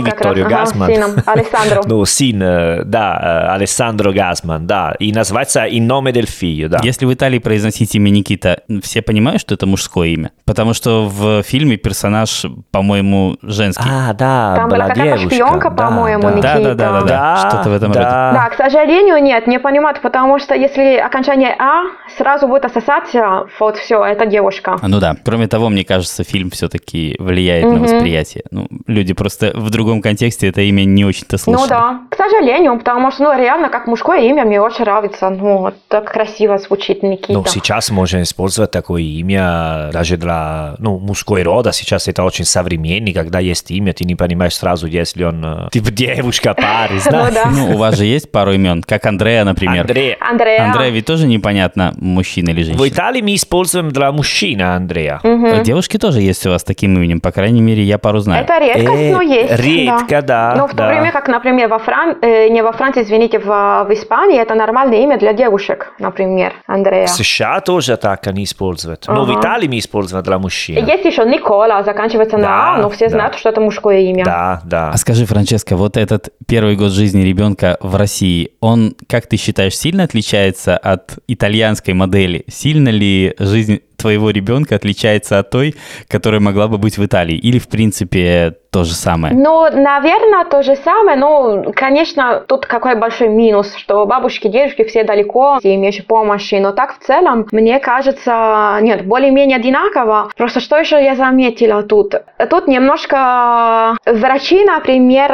как Витторио раз, ага, Газман. сыном, Алессандро. Ну, сын, э, да, э, Алессандро Газман, да. И называется «In nome del figlio», да. Если в Италии произносить имя Никита, все понимают, что это мужское имя? Потому что в фильме персонаж, по-моему, женский. А, да, Там была какая-то девушка. шпионка, Да, по-моему, да. Никита. Да, да, да, да, да. Да, Что-то в этом да. роде. Да, к сожалению, нет, не понимают, потому что если окончание «а», сразу будет ассоциация, вот все, это девушка. Ну да. Кроме того, мне кажется, фильм все-таки влияет на восприятие. Ну, люди просто в другом контексте это имя не очень-то слышали. Ну да, к сожалению, потому что, ну, реально, как мужское имя мне очень нравится. Ну, так красиво звучит Никита. Ну, сейчас можно использовать такое имя даже для, ну, мужской рода. Сейчас это очень современно, когда есть имя, ты не понимаешь сразу, если он, э, типа, девушка, парень, Ну знаешь. да. Ну, у вас же есть пару имен, как Андреа, например. Андрей. Андреа. Андреа ведь тоже непонятно, мужчина или В женщина. Италии мы используем для мужчин Андрея. А девушки тоже есть у вас с таким именем, по крайней мере, я пару знаю. Это редкость, Э, но есть. редко, да, Но в то да. время как, например, во Фран... э, не во Франции, извините, в, в Испании это нормальное имя для девушек, например, Андреа. В США тоже так они используют. Но в Ага. Италии мы используем для мужчин. Есть еще Никола, заканчивается Да, на А, но все да. знают, что это мужское имя. Да, да. А скажи, Франческа, вот этот первый год жизни ребенка в России, он, как ты считаешь, сильно отличается от итальянской модели? Сильно ли жизнь твоего ребенка отличается от той, которая могла бы быть в Италии? Или, в принципе, то же самое? Ну, наверное, то же самое. Ну, конечно, тут какой большой минус, что бабушки, дедушки все далеко, все имеющие помощи. Но так в целом, мне кажется, нет, более-менее одинаково. Просто что еще я заметила тут? Тут немножко врачи, например,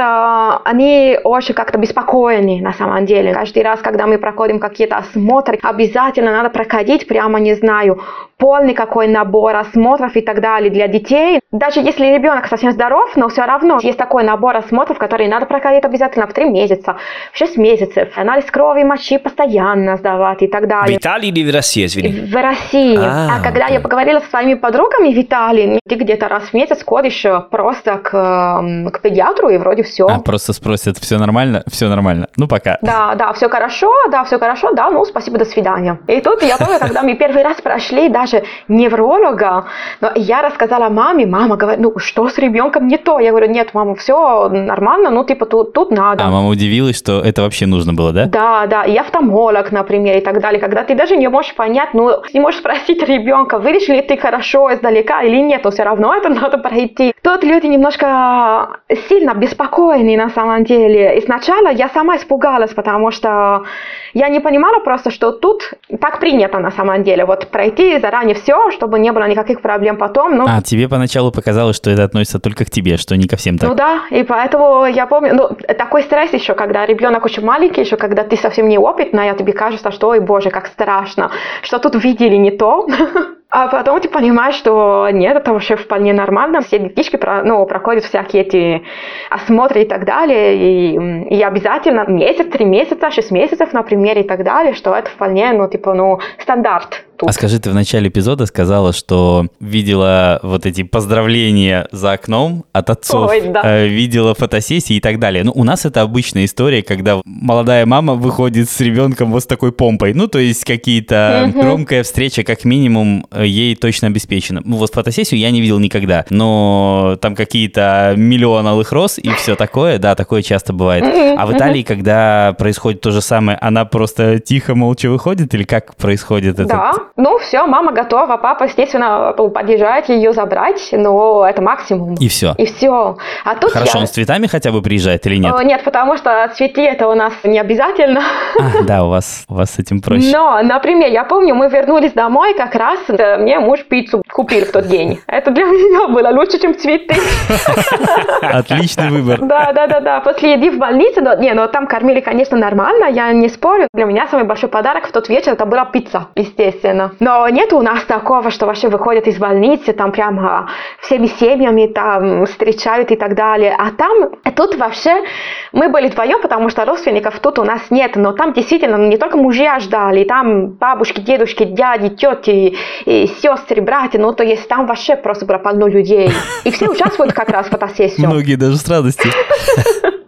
они очень как-то беспокойны на самом деле. Каждый раз, когда мы проходим какие-то осмотры, обязательно надо проходить прямо, не знаю, полный какой набор осмотров и так далее для детей. Даже если ребенок совсем здоров, но все равно есть такой набор осмотров, которые надо проходить обязательно в три месяца, в шесть месяцев. Анализ крови, мочи постоянно сдавать и так В далее. Италии или в России, извини? В России. А, А, когда окей. я поговорила со своими подругами в Италии, ты где-то раз в месяц ходишь просто к, м, к педиатру, и вроде все. А просто спросят, все нормально? Все нормально. Ну, пока. Да, да, все хорошо, да, все хорошо, да, ну, спасибо, до свидания. И тут я помню, когда мы первый раз прошли даже невролога, но я рассказала маме, мама говорит, ну, что с ребенком не то? Я говорю, нет, мама, все нормально, ну, типа, тут, тут надо. А мама удивилась, что это вообще нужно было, да? Да, да, и офтальмолог, например, и так далее, когда ты даже не можешь понять, ну, не можешь спросить ребенка, видишь ли ты хорошо издалека или нет, но все равно это надо пройти. Тут люди немножко сильно беспокойны на самом деле. И сначала я сама испугалась, потому что я не понимала просто, что тут так принято на самом деле, вот пройти заранее все, чтобы не было никаких проблем потом. Ну, А, тебе поначалу показалось, что это относится только к тебе, что не ко всем так. ну да, и поэтому я помню, ну, такой стресс еще, когда ребенок очень маленький, еще когда ты совсем неопытная, тебе кажется, что, ой, боже, как страшно, что тут видели не то. А потом ты понимаешь, что нет, это вообще вполне нормально. Все детишки ну, проходят всякие эти осмотры и так далее. И, и обязательно месяц, три месяца, шесть месяцев, например, и так далее, что это вполне, ну, типа, ну, стандарт. Тут. А скажи, ты в начале эпизода сказала, что видела вот эти поздравления за окном от отцов, Ой, да. э, видела фотосессии и так далее. Ну, у нас это обычная история, когда молодая мама выходит с ребенком вот с такой помпой. Ну, то есть какие-то Мгм. громкая встреча, как минимум, э, ей точно обеспечена. Ну, вот фотосессию я не видел никогда, но там какие-то миллион алых роз и все такое, да, такое часто бывает. Мгм, А в мгм. Италии, когда происходит то же самое, она просто тихо, молча выходит или как происходит это? Да, ну все, мама готова, папа, естественно, подъезжает ее забрать, но это максимум. И все. И все. А тут Хорошо, я... он с цветами хотя бы приезжает или нет? О, нет, потому что цветы это у нас не обязательно. А, да, у вас, у вас с этим проще. Но, например, я помню, мы вернулись домой, как раз э, мне муж пиццу купил в тот день. Это для меня было лучше, чем цветы. Отличный выбор. Да, да, да, да. После еды в больнице, но, не, ну там кормили, конечно, нормально, я не спорю. Для меня самый большой подарок в тот вечер это была пицца, естественно. Но нет у нас такого, что вообще выходят из больницы, там прямо всеми семьями там встречают и так далее. А там, тут вообще мы были вдвоем, потому что родственников тут у нас нет, но там действительно не только мужья ждали, там бабушки, дедушки, дяди, тети, и сестры, братья, ну то есть там вообще просто было полно людей. И все участвуют как раз в фотосессию. Многие даже с радостью.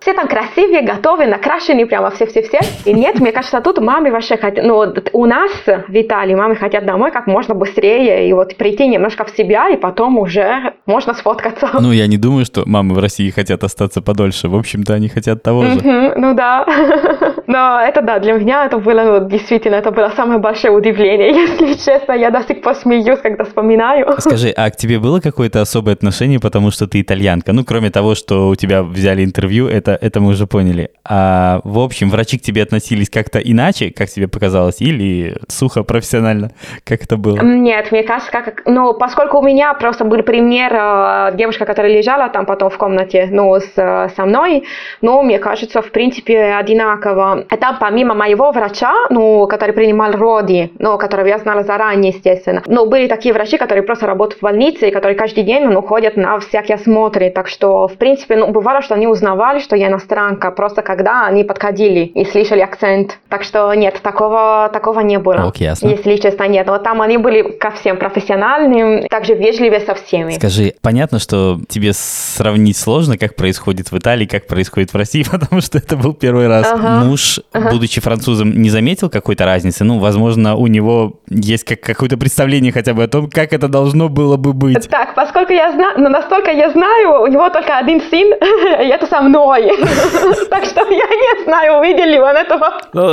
все там красивые, готовые, накрашенные, прямо все-все-все. И нет, мне кажется, тут мамы вообще хотят, ну, у нас в Италии мамы хотят домой как можно быстрее, и вот прийти немножко в себя, и потом уже можно сфоткаться. Ну, я не думаю, что мамы в России хотят остаться подольше. В общем-то, они хотят того же. Mm-hmm, ну да. Но это да, для меня это было, ну, действительно, это было самое большое удивление, если честно. Я до сих пор смеюсь, когда вспоминаю. Скажи, а к тебе было какое-то особое отношение, потому что ты итальянка? Ну, кроме того, что у тебя взяли интервью, это, это мы уже поняли. А в общем, врачи к тебе относились как-то иначе, как тебе показалось, или сухо, профессионально? Как это было? Нет, мне кажется, как... Ну, поскольку у меня просто был пример, э, девушка, которая лежала там потом в комнате, ну, с, со мной, ну, мне кажется, в принципе, одинаково. А там, помимо моего врача, ну, который принимал роды, ну, которого я знала заранее, естественно, ну, были такие врачи, которые просто работают в больнице, и которые каждый день, ну, ходят на всякие осмотры, так что, в принципе, ну, бывало, что они узнавали, что я иностранка, просто когда они подходили и слышали акцент. Так что нет, такого, такого не было. Ок, ясно. Если честно, нет. Но там они были ко всем профессиональным, также вежливее со всеми. Скажи, понятно, что тебе сравнить сложно, как происходит в Италии, как происходит в России, потому что это был первый раз. Ага. Муж, ага. будучи французом, не заметил какой-то разницы? Ну, возможно, у него есть как- какое-то представление хотя бы о том, как это должно было бы быть. Так, поскольку я знаю, ну, настолько я знаю, у него только один сын, и это со мной. Так что я не знаю, увидел ли он этого.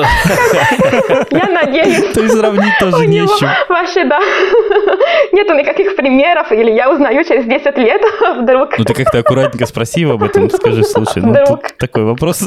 Я надеюсь. То есть сравнить тоже не с чем. Вообще, да. Нету никаких примеров, или я узнаю через десять лет вдруг. Ну, ты как-то аккуратненько спроси об этом, скажи, слушай, ну, тут такой вопрос.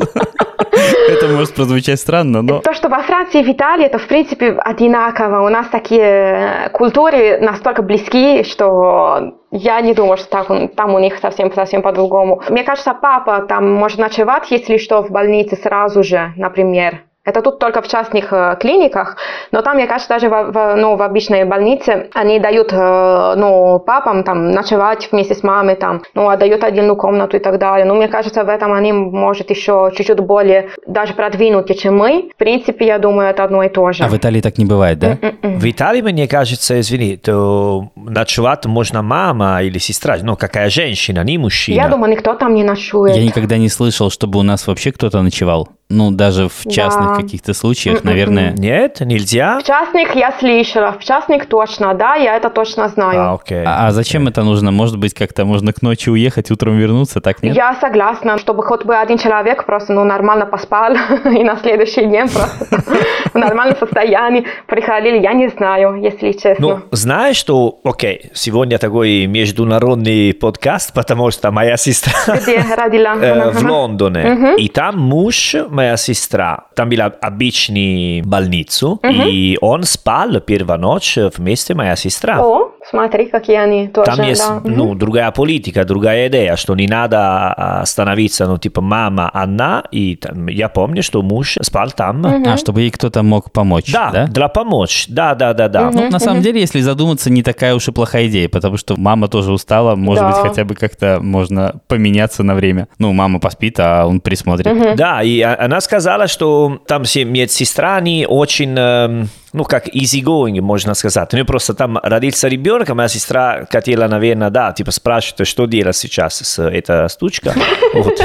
Это может прозвучать странно, но... То, что во Франции и в Италии, это, в принципе, одинаково. У нас такие культуры настолько близки, что... Я не думаю, что так, там у них совсем-совсем по-другому. Мне кажется, папа там может ночевать, если что, в больнице сразу же, например. Это тут только в частных э, клиниках, но там, мне кажется, даже в, в, ну, в обычной больнице они дают э, ну, папам там, ночевать вместе с мамой, там, ну, отдают отдельную комнату и так далее. Но мне кажется, в этом они, может, еще чуть-чуть более даже продвинутые, чем мы. В принципе, я думаю, это одно и то же. А в Италии так не бывает, да? Mm-mm. В Италии, мне кажется, извини, то ночевать можно мама или сестра, ну, какая женщина, не мужчина. Я думаю, никто там не ночует. Я никогда не слышал, чтобы у нас вообще кто-то ночевал. Ну, даже в частных Да. каких-то случаях, Mm-mm. наверное... Нет, нельзя? В частных я слышала, в частных точно, да, я это точно знаю. А, окей. А, а зачем это нужно? Может быть, как-то можно к ночи уехать, утром вернуться, так нет? Я согласна, чтобы хоть бы один человек просто ну, нормально поспал и на следующий день просто в нормальном состоянии приходили, я не знаю, если честно. Ну, знаешь, что, окей, сегодня такой международный подкаст, потому что моя сестра Где родила? э, в Лондоне, и там муж, моя сестра, там была обычная больница, и он спал первую ночь вместе моя сестра. О, смотри, какие они тоже, Там есть, да. ну, другая политика, другая идея, что не надо становиться, ну, типа, мама одна, и там, я помню, что муж спал там. А, чтобы ей кто-то мог помочь, Да, да? для помочь, да, да, да, да. Ну, на самом деле, если задуматься, не такая уж и плохая идея, потому что мама тоже устала, может Да. быть, хотя бы как-то можно поменяться на время. Ну, мама поспит, а он присмотрит. Да, и а- она сказала, что там все медсестра, они очень, эм, ну, как easygoing, можно сказать. Ну, просто там родился ребенок, а моя сестра хотела, наверное, да, типа спрашивать, что делать сейчас с этой штучкой. Вот.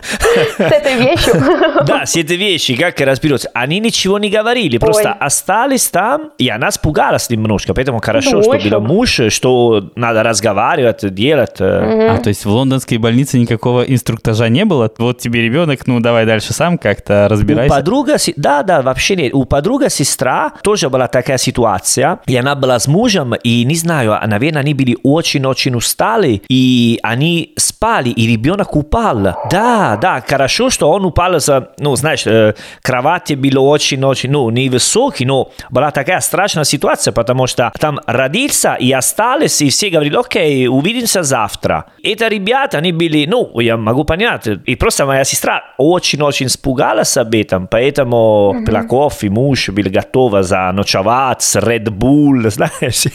С этой вещью. Да, с этой вещи, как разберется. Они ничего не говорили, просто Ой. остались там, и она испугалась немножко, поэтому хорошо, Ну, что очень. был муж, что надо разговаривать, делать. э. А, то есть в лондонской больнице никакого инструктажа не было? Вот тебе ребенок, ну, давай дальше сам как-то У разбирайся. подруга, си- да, да, вообще нет. У подруга сестра тоже была такая ситуация, и она была с мужем, и не знаю, наверное, они были очень-очень устали, и они спали, и ребенок упал. Да, да, хорошо, что он упал за, ну, знаешь, э, кровать было очень-очень, ну, невысокий, но была такая страшная ситуация, потому что там родился и остались, и все говорили, окей, увидимся завтра. Это ребята, они были, ну, я могу понять, и просто моя сестра очень-очень испугалась об этом, поэтому mm-hmm. пила кофе, муж был готов заночевать с Red Bull, знаешь.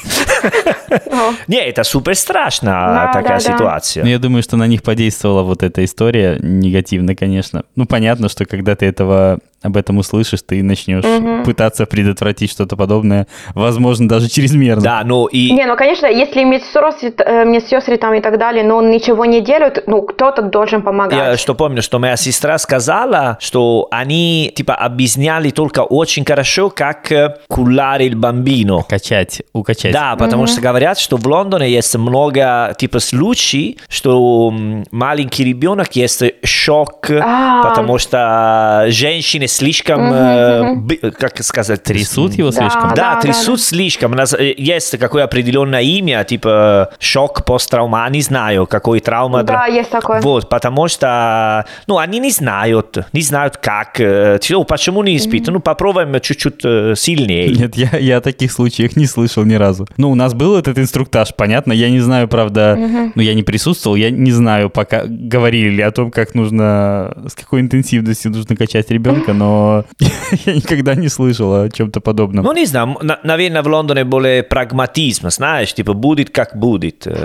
Не, это супер страшная такая ситуация. Ну, я думаю, что на них подействовала вот эта история негативно, конечно. Ну, понятно, что когда ты этого об этом услышишь, ты начнешь угу. пытаться предотвратить что-то подобное, возможно, даже чрезмерно. Да, ну и... Не, ну, конечно, если медсестры, медсестры там и так далее, но ничего не делают, ну, кто-то должен помогать. Я что помню, что моя сестра сказала, что они, типа, объясняли только очень хорошо, как cullare il bambino. Качать, укачать. Да, потому угу. что говорят, что в Лондоне есть много, типа, случаев, что маленький ребенок есть шок, а-а-а. потому что женщины слишком, mm-hmm. э, как сказать, трясут его слишком? Да, да, да трясут да. слишком. У нас есть какое определенное имя, типа шок посттравма, не знаю, какой травма. Да, есть такое. Вот, потому что, ну, они не знают, не знают как, почему не испытывают. Mm-hmm. Ну, попробуем чуть-чуть сильнее. Нет, я, я о таких случаях не слышал ни разу. Ну, у нас был этот инструктаж, понятно, я не знаю, правда, mm-hmm. ну, я не присутствовал, я не знаю, пока говорили ли о том, как нужно, с какой интенсивностью нужно качать ребенка, но я никогда не слышал о чем-то подобном. Ну, не знаю, на- наверное, в Лондоне более прагматизм, знаешь, типа, будет как будет, и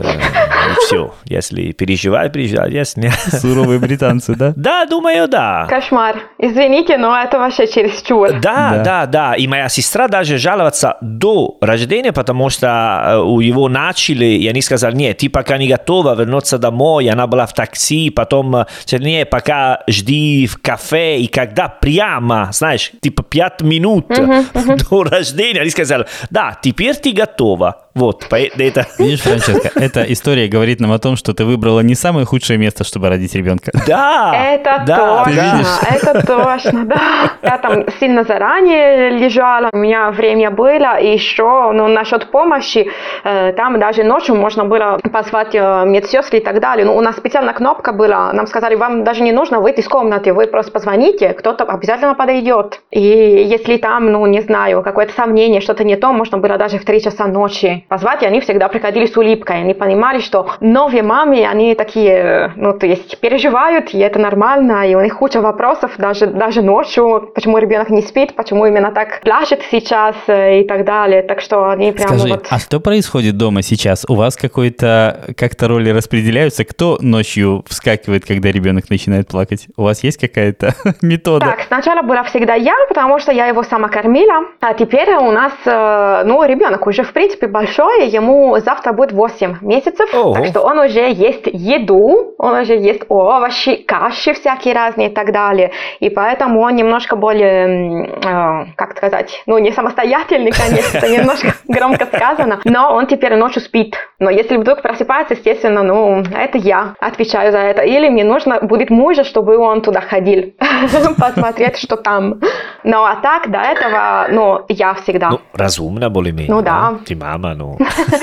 все. Если переживай, переживай, если нет. Суровые британцы, да? Да, думаю, да. Кошмар. Извините, но это вообще чересчур. Да, да, да, да. И моя сестра даже жаловаться до рождения, потому что у его начали, и они сказали, нет, ты пока не готова вернуться домой, она была в такси, потом, нет, пока жди в кафе, и когда прямо, знаешь, типа пять минут uh-huh, uh-huh. до рождения, они сказали, да, теперь ты готова. Вот, это... Видишь, Франческа, эта история говорит нам о том, что ты выбрала не самое худшее место, чтобы родить ребенка. Да! Это да, точно, да. это точно, да. Я там сильно заранее лежала, у меня время было, и еще, ну, насчет помощи, э, там даже ночью можно было позвать э, медсестры и так далее. Ну, у нас специальная кнопка была, нам сказали, вам даже не нужно выйти из комнаты, вы просто позвоните, кто-то обязательно подойдет. И если там, ну, не знаю, какое-то сомнение, что-то не то, можно было даже в три часа ночи позвать, и они всегда приходили с улыбкой. Они понимали, что новые мамы, они такие, ну, то есть переживают, и это нормально, и у них куча вопросов даже, даже ночью, почему ребенок не спит, почему именно так плачет сейчас и так далее. Так что они прямо Скажи, вот... а что происходит дома сейчас? У вас какой-то, как-то роли распределяются? Кто ночью вскакивает, когда ребенок начинает плакать? У вас есть какая-то метода? Так, сначала была всегда я, потому что я его сама кормила, а теперь у нас, ну, ребенок уже, в принципе, большой, ему завтра будет восемь месяцев, Ого. Так что он уже ест еду, он уже ест овощи, каши всякие разные и так далее, и поэтому он немножко более, э, как сказать, ну, не самостоятельный, конечно, это немножко громко сказано, но он теперь ночью спит, но если вдруг просыпается, естественно, ну, это я отвечаю за это, или мне нужно будет мужа, чтобы он туда ходил, посмотреть, что там, ну, а так, до этого, ну, я всегда. Ну, разумно более-менее. Ну, да. Ты мама, ну...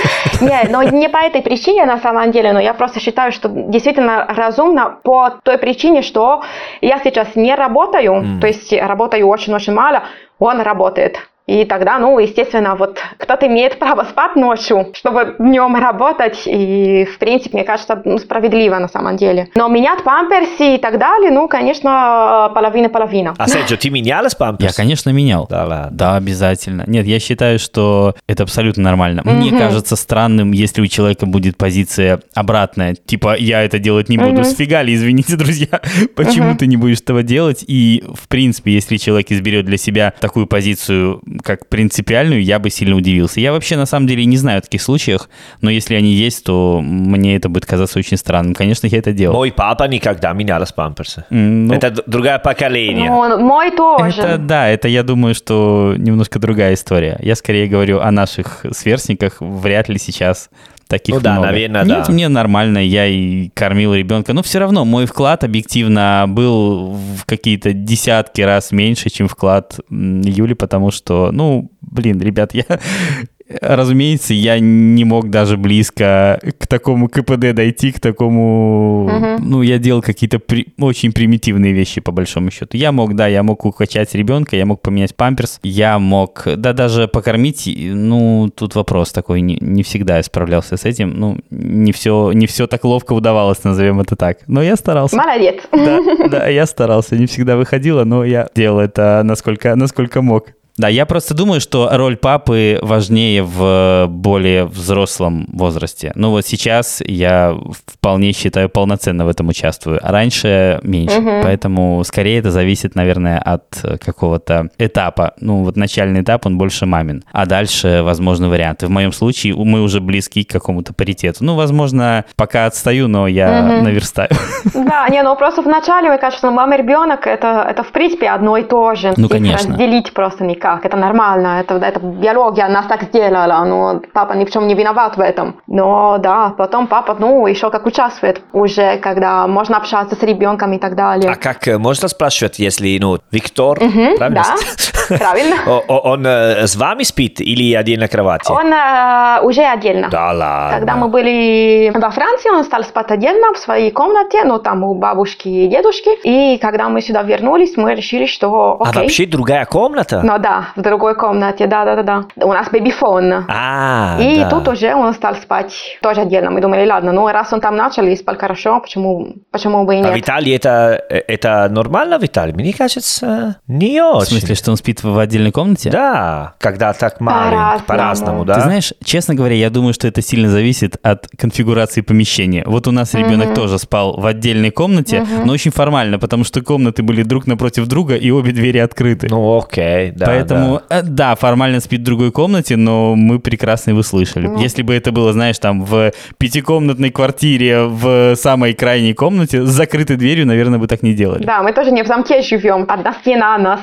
Не, но не по этой причине на самом деле, но я просто считаю, что действительно разумно по той причине, что я сейчас не работаю, mm. то есть работаю очень-очень мало, он работает. И тогда, ну, естественно, вот кто-то имеет право спать ночью, чтобы днем работать, и, в принципе, мне кажется, ну, справедливо на самом деле. Но менять памперсы и так далее, ну, конечно, половина-половина. А, Серджио, ты меняла памперсы? Я, конечно, менял. Да ладно. Да, обязательно. Нет, я считаю, что это абсолютно нормально. Mm-hmm. Мне кажется странным, если у человека будет позиция обратная. Типа, я это делать не буду. Mm-hmm. Сфигали, извините, друзья. Почему mm-hmm. ты не будешь этого делать? И, в принципе, если человек изберет для себя такую позицию, как принципиальную, я бы сильно удивился. Я вообще, на самом деле, не знаю о таких случаях, но если они есть, то мне это будет казаться очень странным. Конечно, я это делал. Мой папа никогда менял памперсы. Mm, ну, это другое поколение. Ну, мой тоже. Это, да, это, я думаю, что немножко другая история. Я скорее говорю о наших сверстниках. Вряд ли сейчас таких ну, да, много. Наверное, Нет, да. мне нормально, я и кормил ребенка. Но все равно мой вклад объективно был в какие-то десятки раз меньше, чем вклад Юли, потому что, ну, блин, ребят, я... Разумеется, я не мог даже близко к такому КПД дойти, к такому... Uh-huh. Ну, я делал какие-то при... очень примитивные вещи, по большому счету. Я мог, да, я мог укачать ребенка, я мог поменять памперс, я мог, да, даже покормить. Ну, тут вопрос такой, не, не всегда я справлялся с этим. Ну, не все, не все так ловко удавалось, назовем это так. Но я старался. Молодец. Да, да, я старался. Не всегда выходило, но я делал это насколько, насколько мог. Да, я просто думаю, что роль папы важнее в более взрослом возрасте. Ну вот сейчас я вполне считаю, полноценно в этом участвую, а раньше меньше. Угу. Поэтому скорее это зависит, наверное, от какого-то этапа. Ну вот начальный этап, он больше мамин. А дальше, возможно, варианты. В моем случае мы уже близки к какому-то паритету. Ну, возможно, пока отстаю, но я угу. наверстаю. Да, не, ну просто вначале, мне кажется, мама и ребенок это, это в принципе одно и то же. Ну, их конечно. Разделить просто никак. Это нормально. Это, это биология нас так сделала. Но папа ни в чем не виноват в этом. Но да, потом папа, ну, еще как участвует уже, когда можно общаться с ребенком и так далее. А как можно спрашивать, если, ну, Виктор, угу, правильно? Да, правильно. Он с вами спит или отдельно кровати? Он э, уже отдельно. Да ладно. Когда мы были во Франции, он стал спать отдельно в своей комнате, ну, там у бабушки и дедушки. И когда мы сюда вернулись, мы решили, что окей. А вообще другая комната? Ну да, в другой комнате, да-да-да. У нас бэбифон. А, И да. тут уже он стал спать тоже отдельно. Мы думали, ладно, ну раз он там начал и спал хорошо, почему, почему бы и нет? А в Италии это, это нормально в Италии? Мне кажется, не очень. В смысле, что он спит в отдельной комнате? Да, когда так маленький, По-разному. по-разному, да? Ты знаешь, честно говоря, я думаю, что это сильно зависит от конфигурации помещения. Вот у нас ребенок mm-hmm. тоже спал в отдельной комнате, mm-hmm. но очень формально, потому что комнаты были друг напротив друга, и обе двери открыты. Ну, окей, да. Поэтому, да, да формально спит в другой комнате, но мы прекрасно его слышали. Mm-hmm. Если бы это было, знаешь, там в пятикомнатной квартире в самой крайней комнате с закрытой дверью, наверное, бы так не делали. Да, мы тоже не в замке живем. Одна стена нас,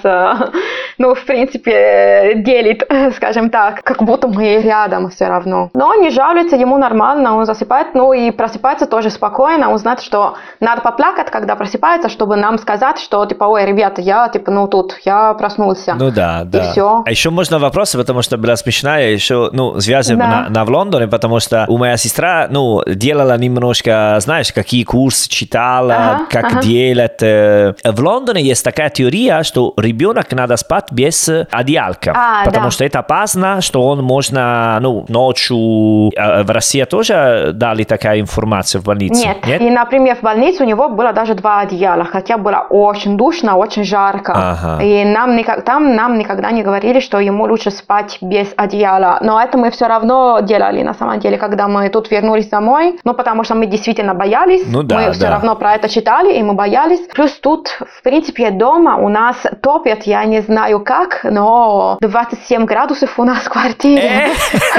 ну, в принципе, делит, скажем так, как будто мы рядом все равно. Но он не жалуется, ему нормально, он засыпает, ну и просыпается тоже спокойно, он знает, что надо поплакать, когда просыпается, чтобы нам сказать, что, типа, ой, ребята, я, типа, ну, тут, я проснулся. Ну да, да. И все. А еще можно вопросы, потому что была смешная, еще, ну, связь да. на, на в Лондоне, потому что у моя сестра, ну, делала немножко, знаешь, какие курсы читала, ага, как ага. делать. В Лондоне есть такая теория, что ребенок надо спать без одеялка, а, потому да. что это опасно, что он можно, ну, ночью. В России тоже дали такая информация в больнице? Нет. Нет. И, например, в больнице у него было даже два одеяла, хотя было очень душно, очень жарко. Ага. И нам никак, там нам никогда не говорили, что ему лучше спать без одеяла. Но это мы все равно делали, на самом деле, когда мы тут вернулись домой. Ну, потому что мы действительно боялись. Ну, да, мы да. все равно про это читали, и мы боялись. Плюс тут, в принципе, дома у нас топят, я не знаю как, но двадцать семь градусов у нас в квартире.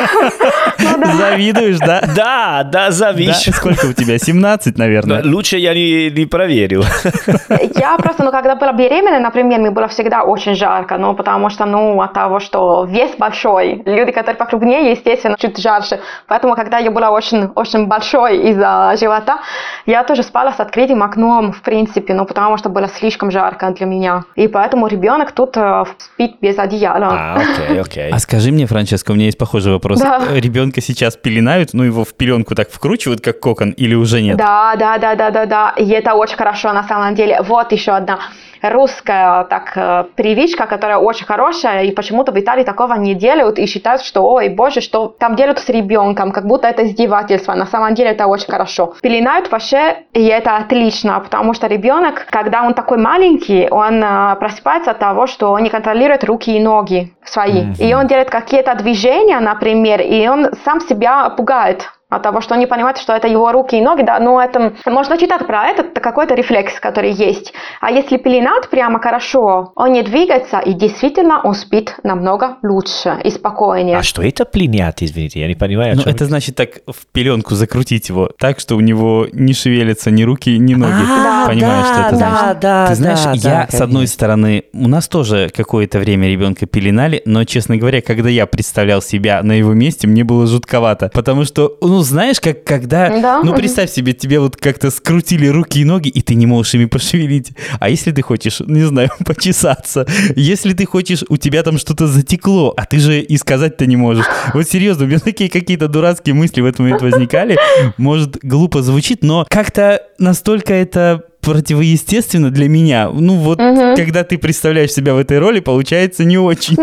Завидуешь, да? Да, да, завидуешь. Сколько у тебя? семнадцать, наверное? Лучше я не, не проверю. Я просто, ну, когда была беременна, например, мне было всегда очень жарко, ну, потому что, ну, от того, что вес большой, люди, которые покрупнее, естественно, чуть жарче. Поэтому, когда я была очень, очень большой из-за живота, я тоже спала с открытым окном, в принципе, ну, потому что было слишком жарко для меня. И поэтому ребенок тут э, спит без одеяла. А, окей, окей. А скажи мне, Франческа, у меня есть похожий вопрос. Да. Ребенка сейчас пеленают, ну, его в пеленку так вкручивают, как кокон, или уже нет? Да, да, да, да, да, да. И это очень хорошо на самом деле. Вот еще одна русская так привычка, которая очень хорошая, и почему-то в Италии такого не делают и считают, что, ой, боже, что там делают с ребенком, как будто это издевательство. На самом деле это очень хорошо. Пеленают вообще, и это отлично, потому что ребенок, когда он такой маленький, он просыпается от того, что он не контролирует руки и ноги свои. Mm-hmm. И он делает какие-то движения, например, и он сам себя пугает от того, что он не понимает, что это его руки и ноги, да, но это можно читать про это, это какой-то рефлекс, который есть. А если пеленать прямо хорошо, он не двигается, и действительно он спит намного лучше и спокойнее. А что это пеленать, извините, я не понимаю. Ну, это значит так в пеленку закрутить его, так, что у него не шевелятся ни руки, ни ноги. А, Понимаешь, да, что это да, значит? да, Ты знаешь, да, я, да, с одной стороны, у нас тоже какое-то время ребенка пеленали, но, честно говоря, когда я представлял себя на его месте, мне было жутковато, потому что, ну, знаешь, как когда, да. ну, представь себе, тебе вот как-то скрутили руки и ноги, и ты не можешь ими пошевелить. А если ты хочешь, не знаю, почесаться, если ты хочешь, у тебя там что-то затекло, а ты же и сказать-то не можешь. Вот серьезно, у меня такие какие-то дурацкие мысли в этот момент возникали. Может, глупо звучит, но как-то настолько это противоестественно для меня. Ну вот, угу. когда ты представляешь себя в этой роли, получается не очень. Ну,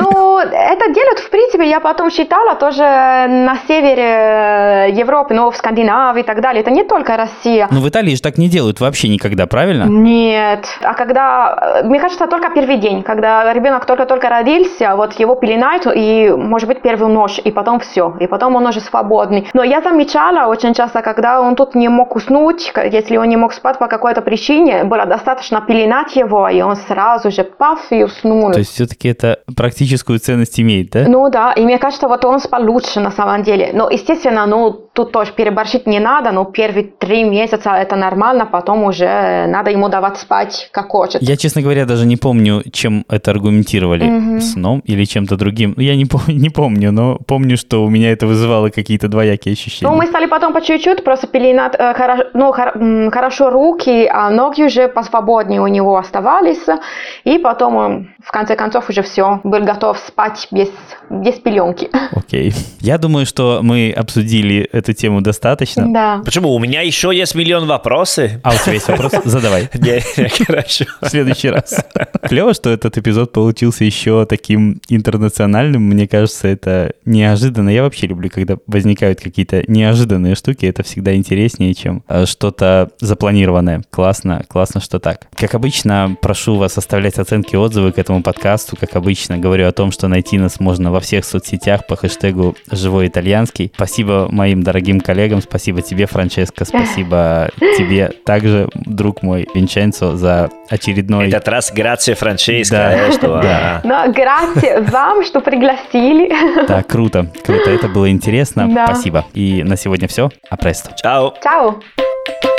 это делают, в принципе, я потом считала, тоже на севере Европы, ну, в Скандинавии и так далее. Это не только Россия. Но в Италии же так не делают вообще никогда, правильно? Нет. А когда, мне кажется, только первый день, когда ребенок только-только родился, вот его пеленают, и, может быть, первую ночь, и потом все, и потом он уже свободный. Но я замечала очень часто, когда он тут не мог уснуть, если он не мог спать по какой-то причине, было достаточно пеленать его, и он сразу же паф и уснул. То есть все-таки это практическую ценность имеет, да? Ну да, и мне кажется, вот он спал лучше на самом деле. Но, естественно, ну, тут тоже переборщить не надо, но первые три месяца это нормально, потом уже надо ему давать спать как хочет. Я, честно говоря, даже не помню, чем это аргументировали. Mm-hmm. Сном или чем-то другим. Я не, пом- не помню, но помню, что у меня это вызывало какие-то двоякие ощущения. Ну, мы стали потом по чуть-чуть просто пеленать э, хоро- ну, хор- хорошо руки, а ноги уже посвободнее у него оставались. И потом он, в конце концов, уже все, был готов спать без, без пеленки. Окей. Okay. Я думаю, что мы обсудили эту тему достаточно. Да. Почему? У меня еще есть миллион вопросов. А у тебя есть вопрос? Задавай. Не, хорошо. В следующий раз. Клево, что этот эпизод получился еще таким интернациональным. Мне кажется, это неожиданно. Я вообще люблю, когда возникают какие-то неожиданные штуки. Это всегда интереснее, чем что-то запланированное. Классно, классно, что так. Как обычно, прошу вас оставлять оценки, отзывы к этому подкасту. Как обычно, говорю о том, что найти нас можно во всех соцсетях по хэштегу «Живой итальянский». Спасибо моим дорогим коллегам. Спасибо тебе, Франческа. Спасибо тебе также, друг мой Винченцо, за очередной... Этот раз грация, Франческа. Да, что... да. Но грация вам, что пригласили. Да, круто, круто. Это было интересно. Да. Спасибо. И на сегодня все. А престо. Чао. Чао.